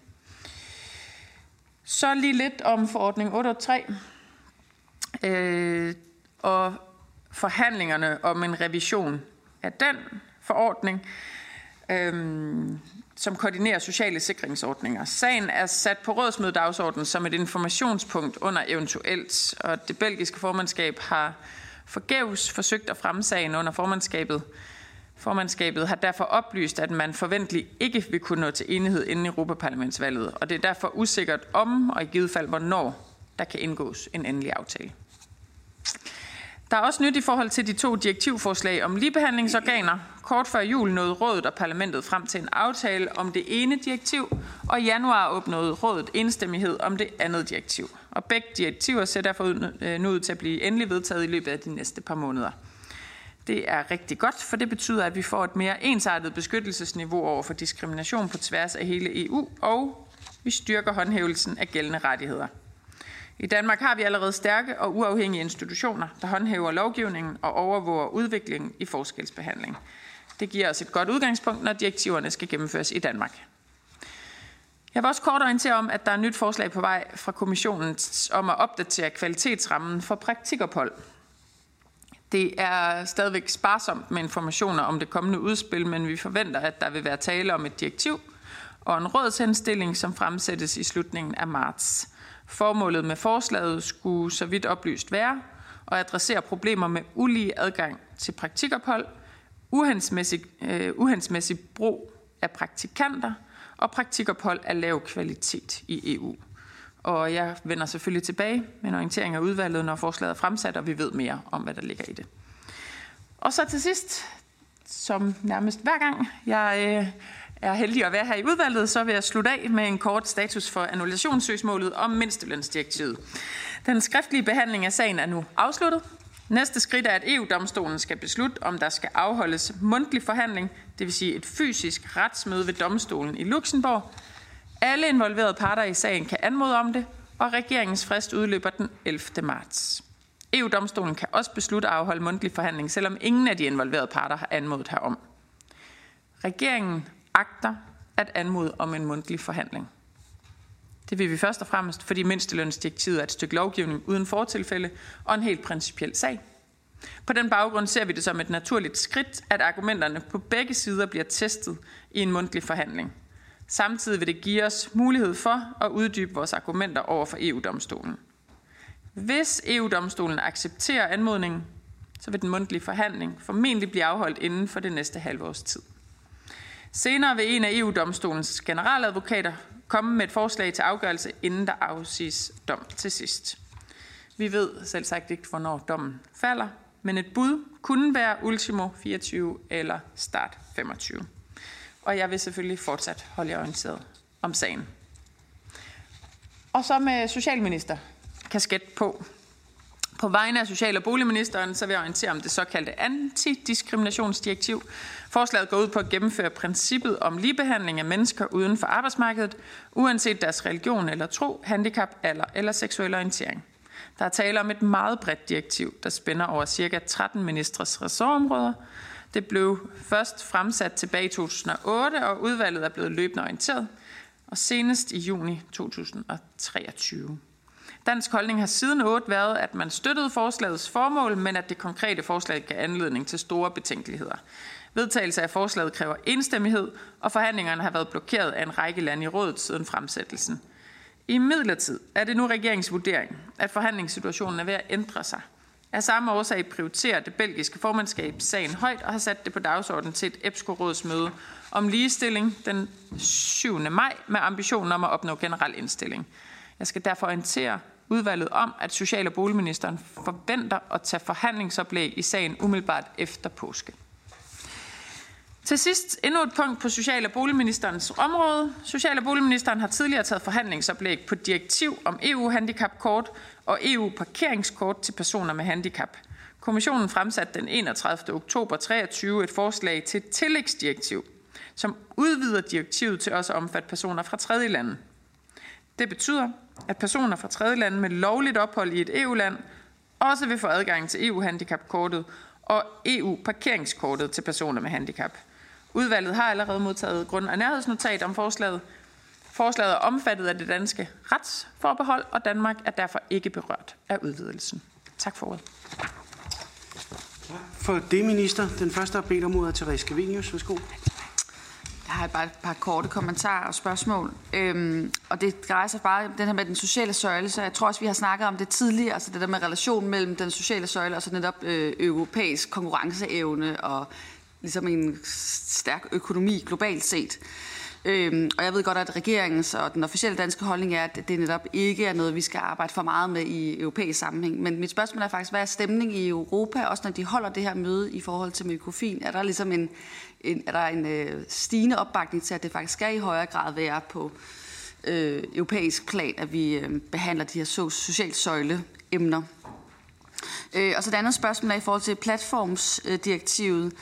Så lige lidt om forordning 883 og forhandlingerne om en revision af den forordning, som koordinerer sociale sikringsordninger. Sagen er sat på rådsmødedagsordenen som et informationspunkt under eventuelt, og det belgiske formandskab har forgæves forsøgt at fremme sagen under formandskabet. Formandskabet har derfor oplyst, at man forventeligt ikke vil kunne nå til enighed inden Europaparlamentsvalget, og det er derfor usikkert om, og i givet fald hvornår, der kan indgås en endelig aftale. Der er også nyt i forhold til de 2 direktivforslag om ligebehandlingsorganer. Kort før jul nåede rådet og parlamentet frem til en aftale om det ene direktiv, og i januar opnåede rådet enstemmighed om det andet direktiv. Og begge direktiver ser derfor nu ud til at blive endelig vedtaget i løbet af de næste par måneder. Det er rigtig godt, for det betyder, at vi får et mere ensartet beskyttelsesniveau over for diskrimination på tværs af hele EU, og vi styrker håndhævelsen af gældende rettigheder. I Danmark har vi allerede stærke og uafhængige institutioner, der håndhæver lovgivningen og overvåger udviklingen i forskelsbehandling. Det giver os et godt udgangspunkt, når direktiverne skal gennemføres i Danmark. Jeg vil også kort orientere om, at der er et nyt forslag på vej fra kommissionen om at opdatere kvalitetsrammen for praktikophold. Det er stadigvæk sparsomt med informationer om det kommende udspil, men vi forventer, at der vil være tale om et direktiv og en rådshenstilling, som fremsættes i slutningen af marts. Formålet med forslaget skulle så vidt oplyst være at adressere problemer med ulige adgang til praktikophold, uhensigtsmæssig brug af praktikanter og praktikophold af lav kvalitet i EU. Og jeg vender selvfølgelig tilbage med en orientering af udvalget, når forslaget er fremsat, og vi ved mere om, hvad der ligger i det. Og så til sidst, som nærmest hver gang jeg er heldig at være her i udvalget, så vil jeg slutte af med en kort status for annullationssøgsmålet om mindstelønsdirektivet. Den skriftlige behandling af sagen er nu afsluttet. Næste skridt er, at EU-domstolen skal beslutte, om der skal afholdes mundtlig forhandling, det vil sige et fysisk retsmøde ved domstolen i Luxembourg. Alle involverede parter i sagen kan anmode om det, og regeringens frist udløber den 11. marts. EU-domstolen kan også beslutte at afholde mundtlig forhandling, selvom ingen af de involverede parter har anmodet herom. Regeringen agter at anmode om en mundtlig forhandling. Det vil vi først og fremmest, fordi mindstelønsdirektivet er et stykke lovgivning uden fortilfælde og en helt principiel sag. På den baggrund ser vi det som et naturligt skridt, at argumenterne på begge sider bliver testet i en mundtlig forhandling. Samtidig vil det give os mulighed for at uddybe vores argumenter over for EU-domstolen. Hvis EU-domstolen accepterer anmodningen, så vil den mundtlige forhandling formentlig blive afholdt inden for det næste halve års tid. Senere vil en af EU-domstolens generaladvokater komme med et forslag til afgørelse, inden der afsiges dom til sidst. Vi ved selvsagt ikke, hvornår dommen falder, men et bud kunne være ultimo 24 eller start 25. Og jeg vil selvfølgelig fortsat holde jer orienteret om sagen. Og så med socialminister kasket på. På vegne af social- og boligministeren så vil jeg orientere om det såkaldte antidiskriminationsdirektiv. Forslaget går ud på at gennemføre princippet om ligebehandling af mennesker uden for arbejdsmarkedet, uanset deres religion eller tro, handicap, alder eller seksuel orientering. Der er tale om et meget bredt direktiv, der spænder over ca. 13 ministres ressortområder. Det blev først fremsat tilbage i 2008, og udvalget er blevet løbende orienteret, og senest i juni 2023. Dansk holdning har siden 8 været, at man støttede forslagets formål, men at det konkrete forslag gav anledning til store betænkeligheder. Vedtagelse af forslaget kræver enstemmighed, og forhandlingerne har været blokeret af en række lande i rådet siden fremsættelsen. Imidlertid er det nu regeringens vurdering, at forhandlingssituationen er ved at ændre sig. Af samme årsag prioriterer det belgiske formandskab sagen højt og har sat det på dagsordenen til et EBSCO-rådsmøde om ligestilling den 7. maj med ambitionen om at opnå generel indstilling. Jeg skal derfor orientere udvalget om, at social- og boligministeren forventer at tage forhandlingsoplæg i sagen umiddelbart efter påske. Til sidst endnu et punkt på social- og boligministerens område. Social- og boligministeren har tidligere taget forhandlingsoplæg på direktiv om EU-handicapkort og EU-parkeringskort til personer med handicap. Kommissionen fremsatte den 31. oktober 2023 et forslag til et tillægsdirektiv, som udvider direktivet til også at omfatte personer fra tredje lande. Det betyder, at personer fra tredje lande med lovligt ophold i et EU-land også vil få adgang til EU-handicapkortet og EU-parkeringskortet til personer med handicap. Udvalget har allerede modtaget grund- og nærhedsnotat om forslaget. Forslaget er omfattet af det danske retsforbehold, og Danmark er derfor ikke berørt af udvidelsen. Tak for ordet. For det, minister. Den første har bedt om ordet til Therese Scavenius. Værsgo. Jeg har bare et par korte kommentarer og spørgsmål. Og det drejer sig bare om den her med den sociale søjle, så jeg tror også, vi har snakket om det tidligere, altså det der med relationen mellem den sociale søjle og så netop europæisk konkurrenceevne og ligesom en stærk økonomi globalt set. Og jeg ved godt, at regeringens og den officielle danske holdning er, at det netop ikke er noget, vi skal arbejde for meget med i europæisk sammenhæng. Men mit spørgsmål er faktisk, hvad er stemningen i Europa, også når de holder det her møde i forhold til Økofin? Er der ligesom en stigende opbakning til, at det faktisk skal i højere grad være på europæisk plan, at vi behandler de her socialt søjle-emner? Og så det andet spørgsmål er i forhold til platformsdirektivet.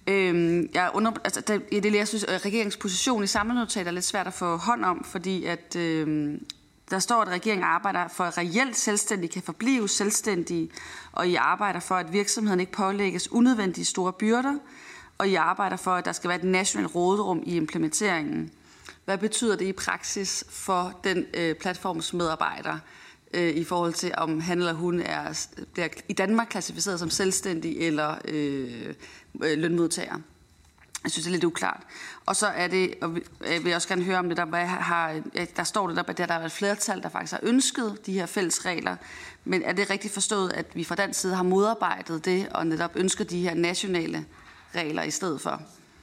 Jeg synes, at regeringens position i samlenotat er lidt svært at få hånd om, fordi at der står, at regeringen arbejder for, at reelt selvstændige kan forblive selvstændige, og I arbejder for, at virksomheden ikke pålægges unødvendige store byrder, og I arbejder for, at der skal være et nationalt råderum i implementeringen. Hvad betyder det i praksis for den platformsmedarbejder, i forhold til, om han eller hun bliver i Danmark klassificeret som selvstændig eller lønmodtager? Jeg synes, det er lidt uklart. Og så er det, og jeg vil også gerne høre om det, der står det der, at der er et flertal, der faktisk har ønsket de her fælles regler. Men er det rigtigt forstået, at vi fra den side har modarbejdet det, og netop ønsker de her nationale regler i stedet for?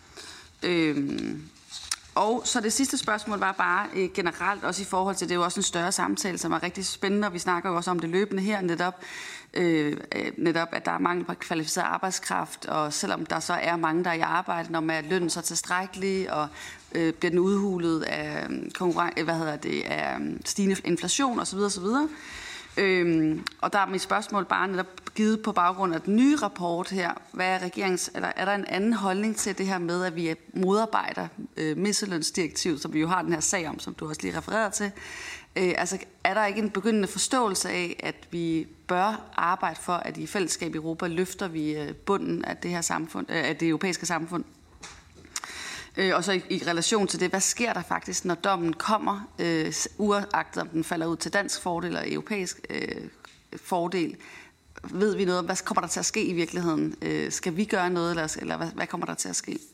Og så det sidste spørgsmål var bare generelt, også i forhold til, det er jo også en større samtale, som er rigtig spændende, og vi snakker jo også om det løbende her, netop at der er mangel på kvalificeret arbejdskraft, og selvom der så er mange, der er i arbejde, når lønnen så tilstrækkelig, og bliver den udhulet af af stigende inflation osv. osv. Og der er mit spørgsmål bare netop givet på baggrund af den nye rapport her. Hvad er er der en anden holdning til det her med, at vi modarbejder mindstelønsdirektivet, som vi jo har den her sag om, som du også lige refererede til? Altså, er der ikke en begyndende forståelse af, at vi bør arbejde for, at i fællesskab i Europa løfter vi bunden af det her samfund, af det europæiske samfund? Og så i relation til det, hvad sker der faktisk, når dommen kommer, uagtet om den falder ud til dansk fordel eller europæisk fordel? Ved vi noget om, hvad kommer der til at ske i virkeligheden? Skal vi gøre noget, eller hvad kommer der til at ske?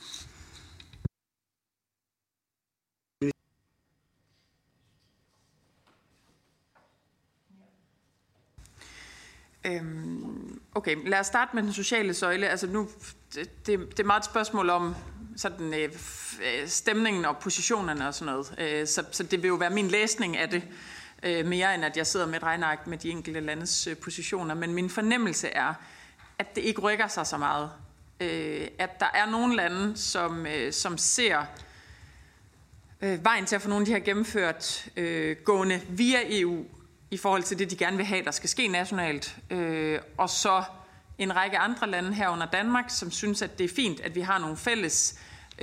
Okay, lad os starte med den sociale søjle. Altså nu, det er meget et spørgsmål om sådan, stemningen og positionerne og sådan noget. Så det vil jo være min læsning af det, mere end at jeg sidder med et regneark med de enkelte landes positioner. Men min fornemmelse er, at det ikke rykker sig så meget. At der er nogle lande, som ser vejen til at få nogle af de her gennemført gående via EU, i forhold til det, de gerne vil have, der skal ske nationalt. Og så en række andre lande herunder Danmark, som synes, at det er fint, at vi har nogle fælles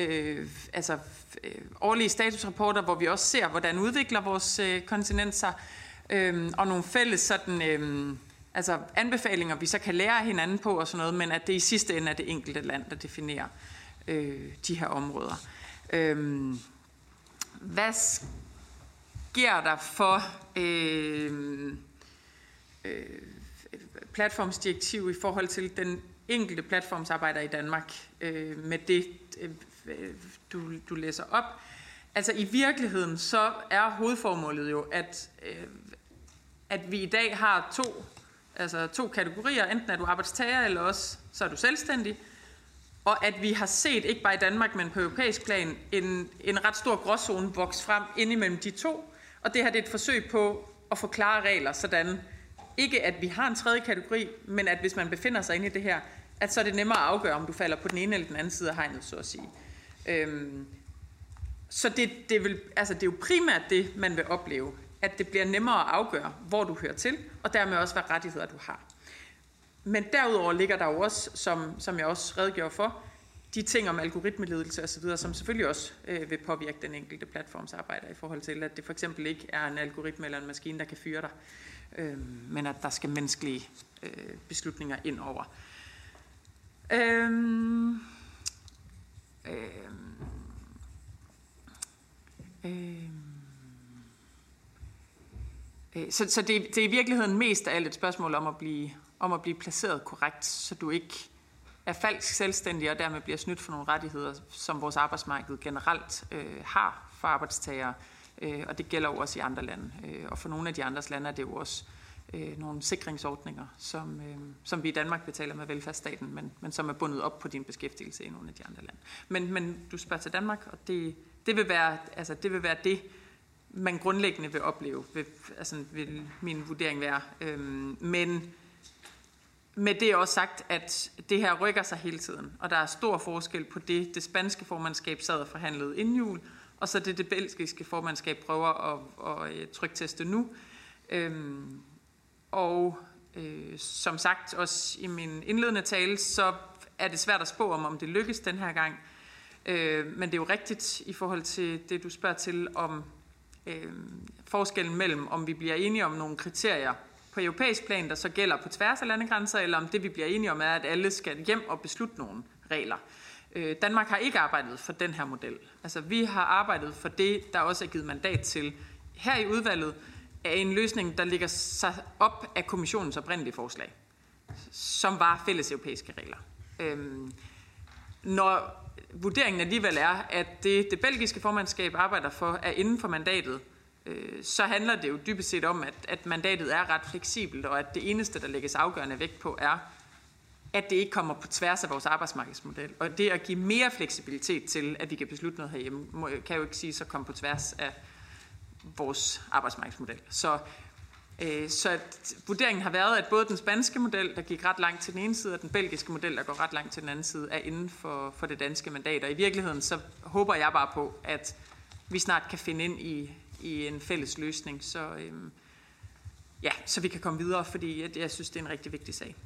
årlige statusrapporter, hvor vi også ser, hvordan udvikler vores kontinent sig, og nogle fælles sådan, anbefalinger, vi så kan lære af hinanden på og sådan noget, men at det i sidste ende er det enkelte land, der definerer de her områder. Hvad sker der for platformsdirektiv i forhold til den enkelte platformsarbejder i Danmark med det, du læser op? Altså i virkeligheden så er hovedformålet jo, at vi i dag har to kategorier. Enten er du arbejdstager, eller også så er du selvstændig. Og at vi har set, ikke bare i Danmark, men på europæisk plan, en ret stor gråzone vokse frem indimellem de to. Og det her det er et forsøg på at få klare regler, sådan ikke at vi har en tredje kategori, men at hvis man befinder sig inde i det her, at så er det nemmere at afgøre, om du falder på den ene eller den anden side af hegnet, så at sige. Så det er jo primært det, man vil opleve, at det bliver nemmere at afgøre, hvor du hører til, og dermed også, hvad rettigheder du har. Men derudover ligger der jo også, som jeg også redegjorde for, de ting om algoritmeledelse osv., som selvfølgelig også vil påvirke den enkelte platformsarbejder i forhold til, at det for eksempel ikke er en algoritme eller en maskine, der kan fyre dig, men at der skal menneskelige beslutninger ind over. Så det er i virkeligheden mest af alt et spørgsmål om at blive placeret korrekt, så du ikke er falsk selvstændig og dermed bliver snydt for nogle rettigheder, som vores arbejdsmarked generelt har for arbejdstagere, og det gælder jo også i andre lande. Og for nogle af de andre lande er det jo også nogle sikringsordninger, som vi i Danmark betaler med velfærdsstaten, men som er bundet op på din beskæftigelse i nogle af de andre lande. Men du spørger til Danmark, og det vil være det, man grundlæggende vil opleve, vil min vurdering være. Men med det er også sagt, at det her rykker sig hele tiden, og der er stor forskel på det spanske formandskab sad og forhandlede inden jul, og så det belgiske formandskab prøver at trykteste nu. Som sagt, også i min indledende tale, så er det svært at spå om det lykkes den her gang. Men det er jo rigtigt i forhold til det, du spørger til, om forskellen mellem, om vi bliver enige om nogle kriterier på europæisk plan, der så gælder på tværs af landegrænser, eller om det, vi bliver enige om, er, at alle skal hjem og beslutte nogle regler. Danmark har ikke arbejdet for den her model. Altså, vi har arbejdet for det, der også er givet mandat til her i udvalget, af en løsning, der ligger sig op af kommissionens oprindelige forslag, som var fælles europæiske regler. Når vurderingen alligevel er, at det belgiske formandskab arbejder for, er inden for mandatet, så handler det jo dybest set om, at mandatet er ret fleksibelt, og at det eneste, der lægges afgørende vægt på, er, at det ikke kommer på tværs af vores arbejdsmarkedsmodel. Og det at give mere fleksibilitet til, at vi kan beslutte noget herhjemme, kan jo ikke sige, så komme på tværs af vores arbejdsmarkedsmodel. Så vurderingen har været, at både den spanske model, der gik ret langt til den ene side, og den belgiske model, der går ret langt til den anden side, er inden for det danske mandat. Og i virkeligheden, så håber jeg bare på, at vi snart kan finde ind i en fælles løsning, så vi kan komme videre, fordi jeg synes, det er en rigtig vigtig sag.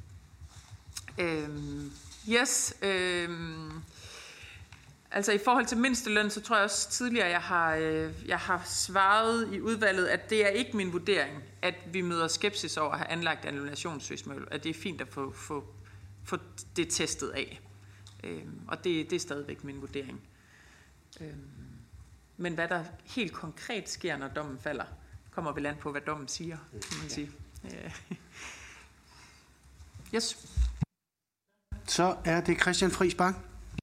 Altså i forhold til mindsteløn, så tror jeg også tidligere, jeg har svaret i udvalget, at det er ikke min vurdering, at vi møder skepsis over at have anlagt annullationssøgsmål, at det er fint at få det testet af. Og det er stadigvæk min vurdering. Men hvad der helt konkret sker, når dommen falder, kommer vel an på, hvad dommen siger, kan man sige. Yes. Så er det Christian Friis Bach.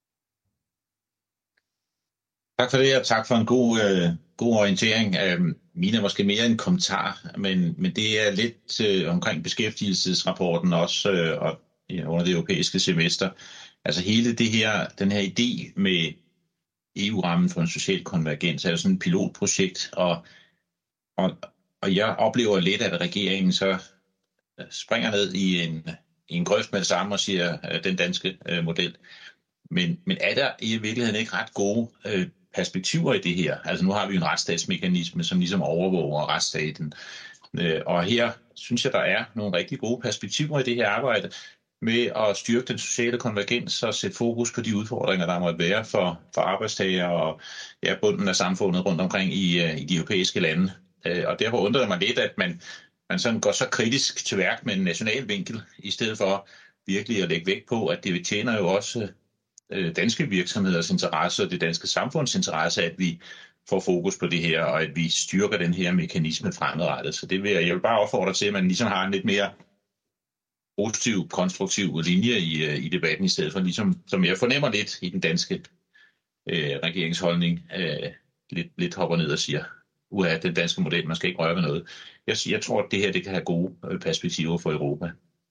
Tak for det, og tak for en god orientering. Min er måske mere en kommentar, men det er lidt omkring beskæftigelsesrapporten også og under det europæiske semester. Altså hele den her idé med EU-rammen for en social konvergens er jo sådan et pilotprojekt, og jeg oplever lidt, at regeringen så springer ned i en grøft med det samme og siger den danske model. Men er der i virkeligheden ikke ret gode perspektiver i det her? Altså nu har vi jo en retsstatsmekanisme, som ligesom overvåger retsstaten, Og her synes jeg, der er nogle rigtig gode perspektiver i det her arbejde med at styrke den sociale konvergens og sætte fokus på de udfordringer, der måtte være for arbejdstagere og bunden af samfundet rundt omkring i de europæiske lande. Og derfor undrer det mig lidt, at man sådan går så kritisk til værk med en national vinkel, i stedet for virkelig at lægge vægt på, at det tjener jo også danske virksomheders interesse og det danske samfunds interesse, at vi får fokus på det her, og at vi styrker den her mekanisme fremadrettet. Så det jeg vil bare opfordre til, at man ligesom har en lidt mere positiv, konstruktiv linje i debatten, i stedet for ligesom, som jeg fornemmer lidt i den danske regeringsholdning, lidt hopper ned og siger, uha, den danske model, man skal ikke røre ved noget. Jeg tror, at det her det kan have gode perspektiver for Europa.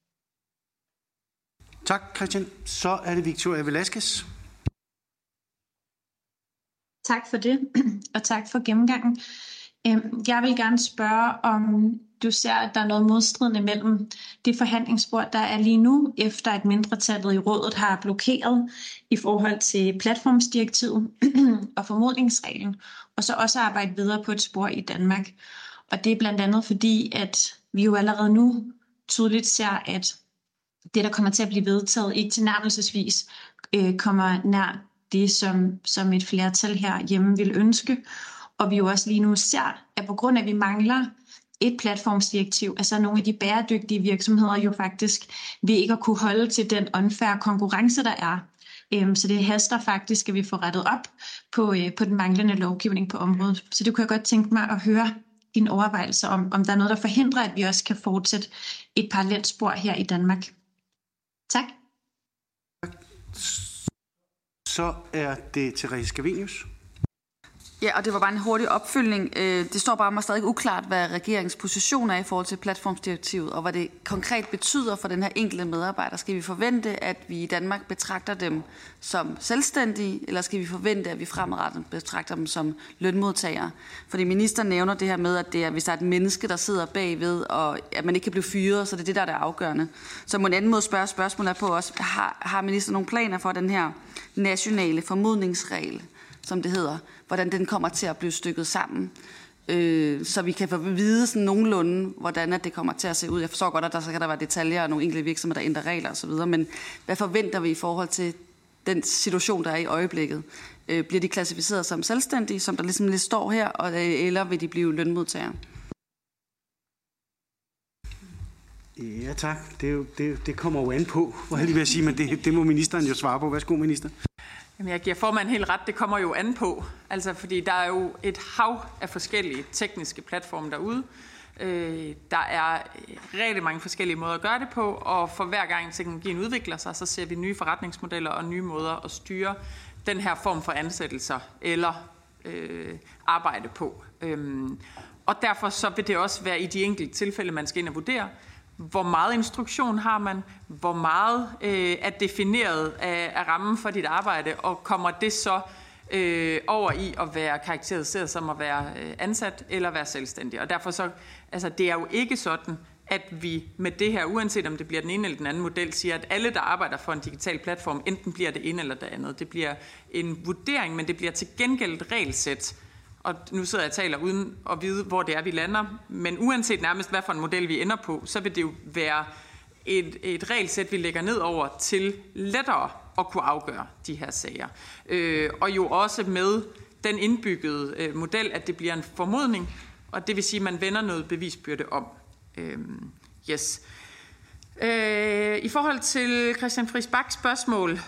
Tak, Christian. Så er det Victoria Velasquez. Tak for det, og tak for gennemgangen. Jeg vil gerne spørge, om du ser, at der er noget modstridende mellem det forhandlingsspor, der er lige nu, efter at mindretallet i rådet har blokeret i forhold til platformsdirektivet og formodningsreglen, og så også arbejde videre på et spor i Danmark. Og det er blandt andet fordi, at vi jo allerede nu tydeligt ser, at det, der kommer til at blive vedtaget, ikke tilnærmelsesvis kommer nær det, som et flertal herhjemme vil ønske. Og vi jo også lige nu ser, at på grund af, at vi mangler et platformsdirektiv, altså nogle af de bæredygtige virksomheder jo faktisk ved ikke at kunne holde til den unfair konkurrence, der er. Så det haster faktisk, at vi får rettet op på den manglende lovgivning på området. Så det kunne jeg godt tænke mig at høre dine overvejelser om der er noget, der forhindrer, at vi også kan fortsætte et parallelt spor her i Danmark. Tak. Så er det Therese Scavenius. Ja, og det var bare en hurtig opfølgning. Det står bare mig stadig uklart, hvad regeringens position er i forhold til platformsdirektivet, og hvad det konkret betyder for den her enkelte medarbejder. Skal vi forvente, at vi i Danmark betragter dem som selvstændige, eller skal vi forvente, at vi fremadrettet betragter dem som lønmodtagere? Fordi ministeren nævner det her med, at det er, hvis der er et menneske, der sidder bagved, og at man ikke kan blive fyret, så det er det, der er det afgørende. Så må en anden måde spørgsmålet er på også, har ministeren nogle planer for den her nationale formodningsregel, som det hedder, hvordan den kommer til at blive stykket sammen, så vi kan få vide sådan nogenlunde, hvordan det kommer til at se ud. Jeg forstår godt, at så kan der være detaljer og nogle enkelte virksomheder, der ændrer regler osv., men hvad forventer vi i forhold til den situation, der er i øjeblikket? Bliver de klassificeret som selvstændige, som der ligesom lidt står her, eller vil de blive lønmodtagere? Ja tak, det kommer jo an på, hvor jeg lige vil sige, men det må ministeren jo svare på. Værsgo, minister. Jamen, jeg giver formanden helt ret, det kommer jo an på, altså fordi der er jo et hav af forskellige tekniske platforme derude. Der er rigtig mange forskellige måder at gøre det på, og for hver gang teknologien udvikler sig, så ser vi nye forretningsmodeller og nye måder at styre den her form for ansættelser eller arbejde på. Og derfor så vil det også være i de enkelte tilfælde, man skal ind og vurdere, hvor meget instruktion har man, hvor meget er defineret af rammen for dit arbejde, og kommer det så over i at være karakteriseret som at være ansat eller være selvstændig. Og derfor så, altså det er jo ikke sådan, at vi med det her, uanset om det bliver den ene eller den anden model, siger, at alle, der arbejder for en digital platform, enten bliver det ene eller det andet. Det bliver en vurdering, men det bliver til gengæld et regelsæt. Og nu sidder jeg og taler uden at vide, hvor det er, vi lander. Men uanset nærmest, hvad for en model vi ender på, så vil det jo være et regelsæt, vi lægger ned over til lettere at kunne afgøre de her sager. Og jo også med den indbyggede model, at det bliver en formodning, og det vil sige, at man vender noget bevisbyrde om. Yes. I forhold til Christian Friis Bachs spørgsmål,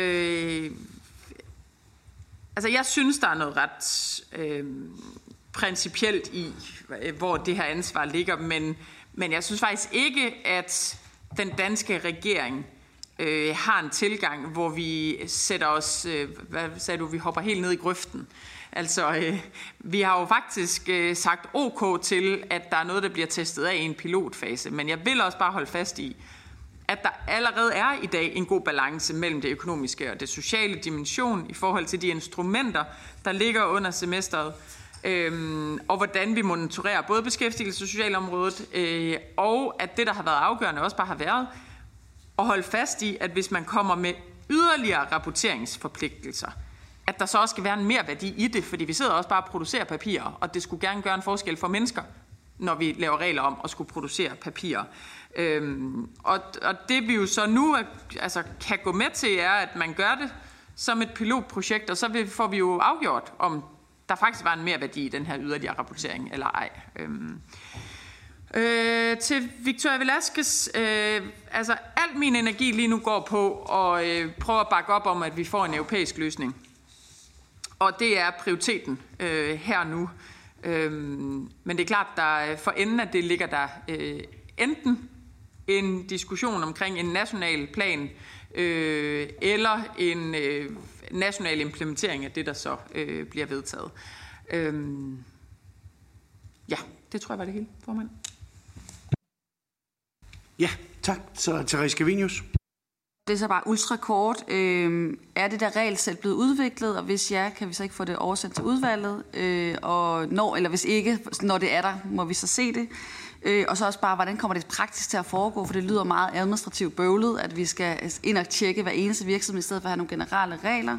altså jeg synes, der er noget ret principielt i, hvor det her ansvar ligger, men jeg synes faktisk ikke, at den danske regering har en tilgang, hvor vi sætter os, hvad sagde du, vi hopper helt ned i grøften. Altså, vi har jo faktisk sagt OK til, at der er noget, der bliver testet af i en pilotfase, men jeg vil også bare holde fast i, at der allerede er i dag en god balance mellem det økonomiske og det sociale dimension i forhold til de instrumenter, der ligger under semesteret, og hvordan vi monitorerer både beskæftigelse- og socialområdet, og at det, der har været afgørende, også bare har været at holde fast i, at hvis man kommer med yderligere rapporteringsforpligtelser, at der så også skal være en mere værdi i det, fordi vi sidder også bare og producerer papirer, og det skulle gerne gøre en forskel for mennesker. når vi laver regler om at skulle producere papirer. Og det vi jo så nu kan gå med til, er, at man gør det som et pilotprojekt, og så får vi jo afgjort, om der faktisk var en mere værdi i den her yderligere rapportering, eller ej. Til Victoria Velasquez, al min energi lige nu går på at prøve at bakke op om, at vi får en europæisk løsning. Og det er prioriteten her nu. Men det er klart, der for enden af det ligger der enten en diskussion omkring en national plan, eller en national implementering af det, der så bliver vedtaget. Ja, det tror jeg var det hele, formand. Ja, tak. Så Therese Scavenius. Det er så bare ultra kort. Er det der regelsæt blevet udviklet, og hvis ja, kan vi så ikke få det oversendt til udvalget? Eller hvis ikke, når det er der, må vi så se det. Og så også bare, hvordan kommer det praktisk til at foregå, for det lyder meget administrativt bøvlet, at vi skal ind og tjekke hver eneste virksomhed, i stedet for at have nogle generelle regler.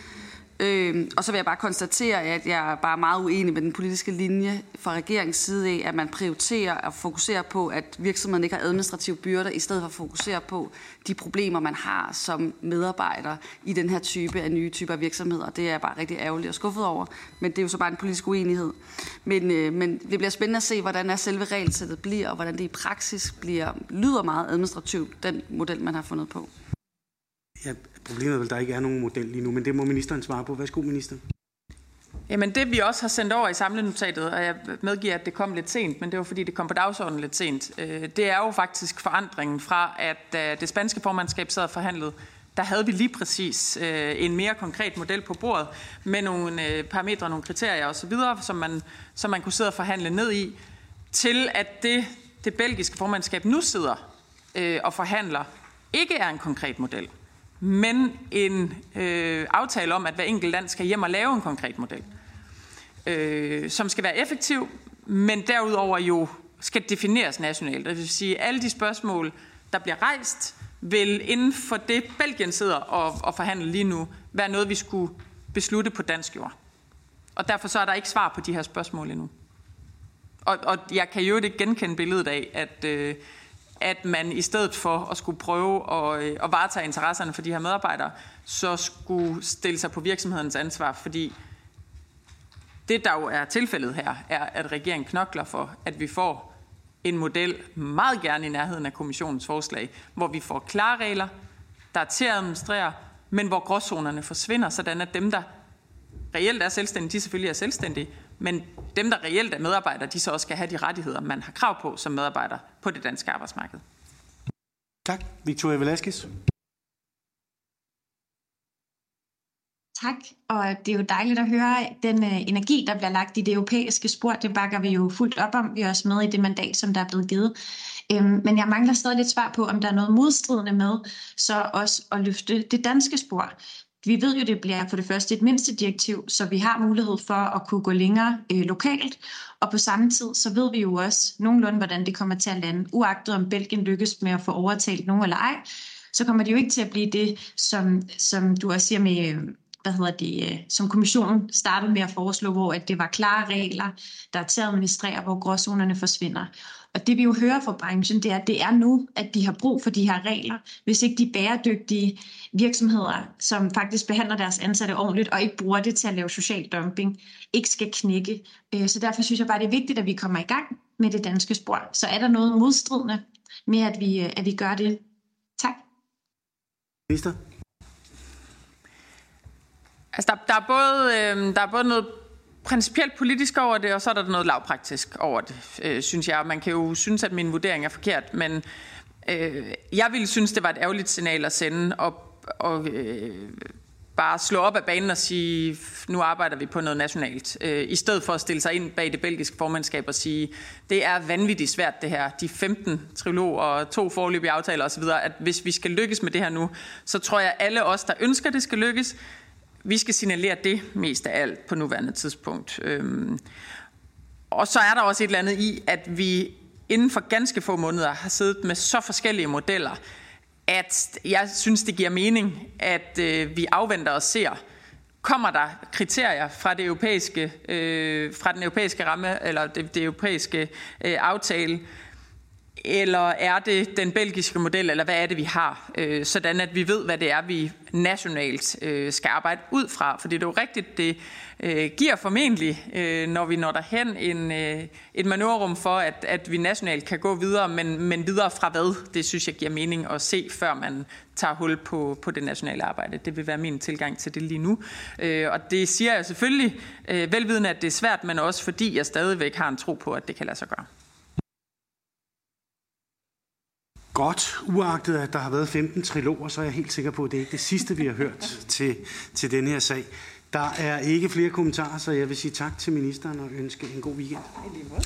Og så vil jeg bare konstatere, at jeg er bare meget uenig med den politiske linje fra regeringens side af, at man prioriterer og fokuserer på, at virksomheden ikke har administrative byrder, i stedet for at fokusere på de problemer, man har som medarbejder i den her type af nye typer af virksomheder. Det er jeg bare rigtig ærgerlig og skuffet over, men det er jo så bare en politisk uenighed. Men det bliver spændende at se, hvordan er selve regelsættet bliver, og hvordan det i praksis lyder meget administrativt, den model, man har fundet på. Ja, problemet er vel, at der ikke er nogen model lige nu, men det må ministeren svare på. Værsgo, minister. Jamen det vi også har sendt over i samlenotatet, og jeg medgiver, at det kom lidt sent, men det var fordi, det kom på dagsordenen lidt sent, det er jo faktisk forandringen fra, at det spanske formandskab sad og forhandlede, der havde vi lige præcis en mere konkret model på bordet, med nogle parametre, nogle kriterier osv., som man kunne sidde og forhandle ned i, til at det belgiske formandskab nu sidder og forhandler, ikke er en konkret model, men en aftale om, at hver enkelt land skal hjem og lave en konkret model, som skal være effektiv, men derudover jo skal defineres nationalt. Det vil sige, at alle de spørgsmål, der bliver rejst, vil inden for det, Belgien sidder og forhandler lige nu, være noget, vi skulle beslutte på dansk jord. Og derfor så er der ikke svar på de her spørgsmål endnu. Og jeg kan jo ikke genkende billedet af, at man i stedet for at skulle prøve at varetage interesserne for de her medarbejdere, så skulle stille sig på virksomhedens ansvar, fordi det, der jo er tilfældet her, er, at regeringen knokler for, at vi får en model meget gerne i nærheden af kommissionens forslag, hvor vi får klare regler, der er til at administrere, men hvor gråzonerne forsvinder, sådan at dem, der reelt er selvstændige, de selvfølgelig er selvstændige, men dem, der reelt er medarbejdere, de så også skal have de rettigheder, man har krav på som medarbejder på det danske arbejdsmarked. Tak. Victoria Velasquez. Tak, og det er jo dejligt at høre den energi, der bliver lagt i det europæiske spor. Det bakker vi jo fuldt op om. Vi er også med i det mandat, som der er blevet givet. Men jeg mangler stadig lidt svar på, om der er noget modstridende med så også at løfte det danske spor. Vi ved jo, det bliver for det første et mindstedirektiv, så vi har mulighed for at kunne gå længere lokalt. Og på samme tid, så ved vi jo også nogenlunde, hvordan det kommer til at lande. Uagtet om Belgien lykkes med at få overtalt nogen eller ej, så kommer det jo ikke til at blive det, som du også siger med, som kommissionen startede med at foreslå, hvor at det var klare regler, der er til at administrere, hvor gråzonerne forsvinder. Og det vi jo hører fra branchen, det er nu, at de har brug for de her regler, hvis ikke de bæredygtige virksomheder, som faktisk behandler deres ansatte ordentligt og ikke bruger det til at lave social dumping, ikke skal knække. Så derfor synes jeg bare, det er vigtigt, at vi kommer i gang med det danske spor. Så er der noget modstridende med, at vi gør det. Tak. Altså, der er både noget principielt politisk over det, og så er der noget lavpraktisk over det, synes jeg. Man kan jo synes, at min vurdering er forkert, men jeg ville synes, det var et ærgerligt signal at sende, og bare slå op af banen og sige, nu arbejder vi på noget nationalt, i stedet for at stille sig ind bag det belgiske formandskab og sige, det er vanvittigt svært det her, de 15 trilog og 2 foreløbige aftaler osv., at hvis vi skal lykkes med det her nu, så tror jeg alle os, der ønsker det skal lykkes, vi skal signalere det mest af alt på nuværende tidspunkt. Og så er der også et eller andet i, at vi inden for ganske få måneder har siddet med så forskellige modeller, at jeg synes, det giver mening, at vi afventer og ser kommer der kriterier fra det europæiske, fra den europæiske ramme eller det europæiske aftale, eller er det den belgiske model, eller hvad er det, vi har, sådan at vi ved, hvad det er, vi nationalt skal arbejde ud fra. For det er jo rigtigt, det giver formentlig, når vi når derhen, et manøvrerum for, at vi nationalt kan gå videre, men videre fra hvad? Det synes jeg giver mening at se, før man tager hul på det nationale arbejde. Det vil være min tilgang til det lige nu. Og det siger jeg selvfølgelig velvidende, at det er svært, men også fordi jeg stadigvæk har en tro på, at det kan lade sig gøre. Godt, uagtet at der har været 15 triloger, så er jeg helt sikker på, at det ikke er det sidste, vi har hørt til denne her sag. Der er ikke flere kommentarer, så jeg vil sige tak til ministeren og ønske en god weekend.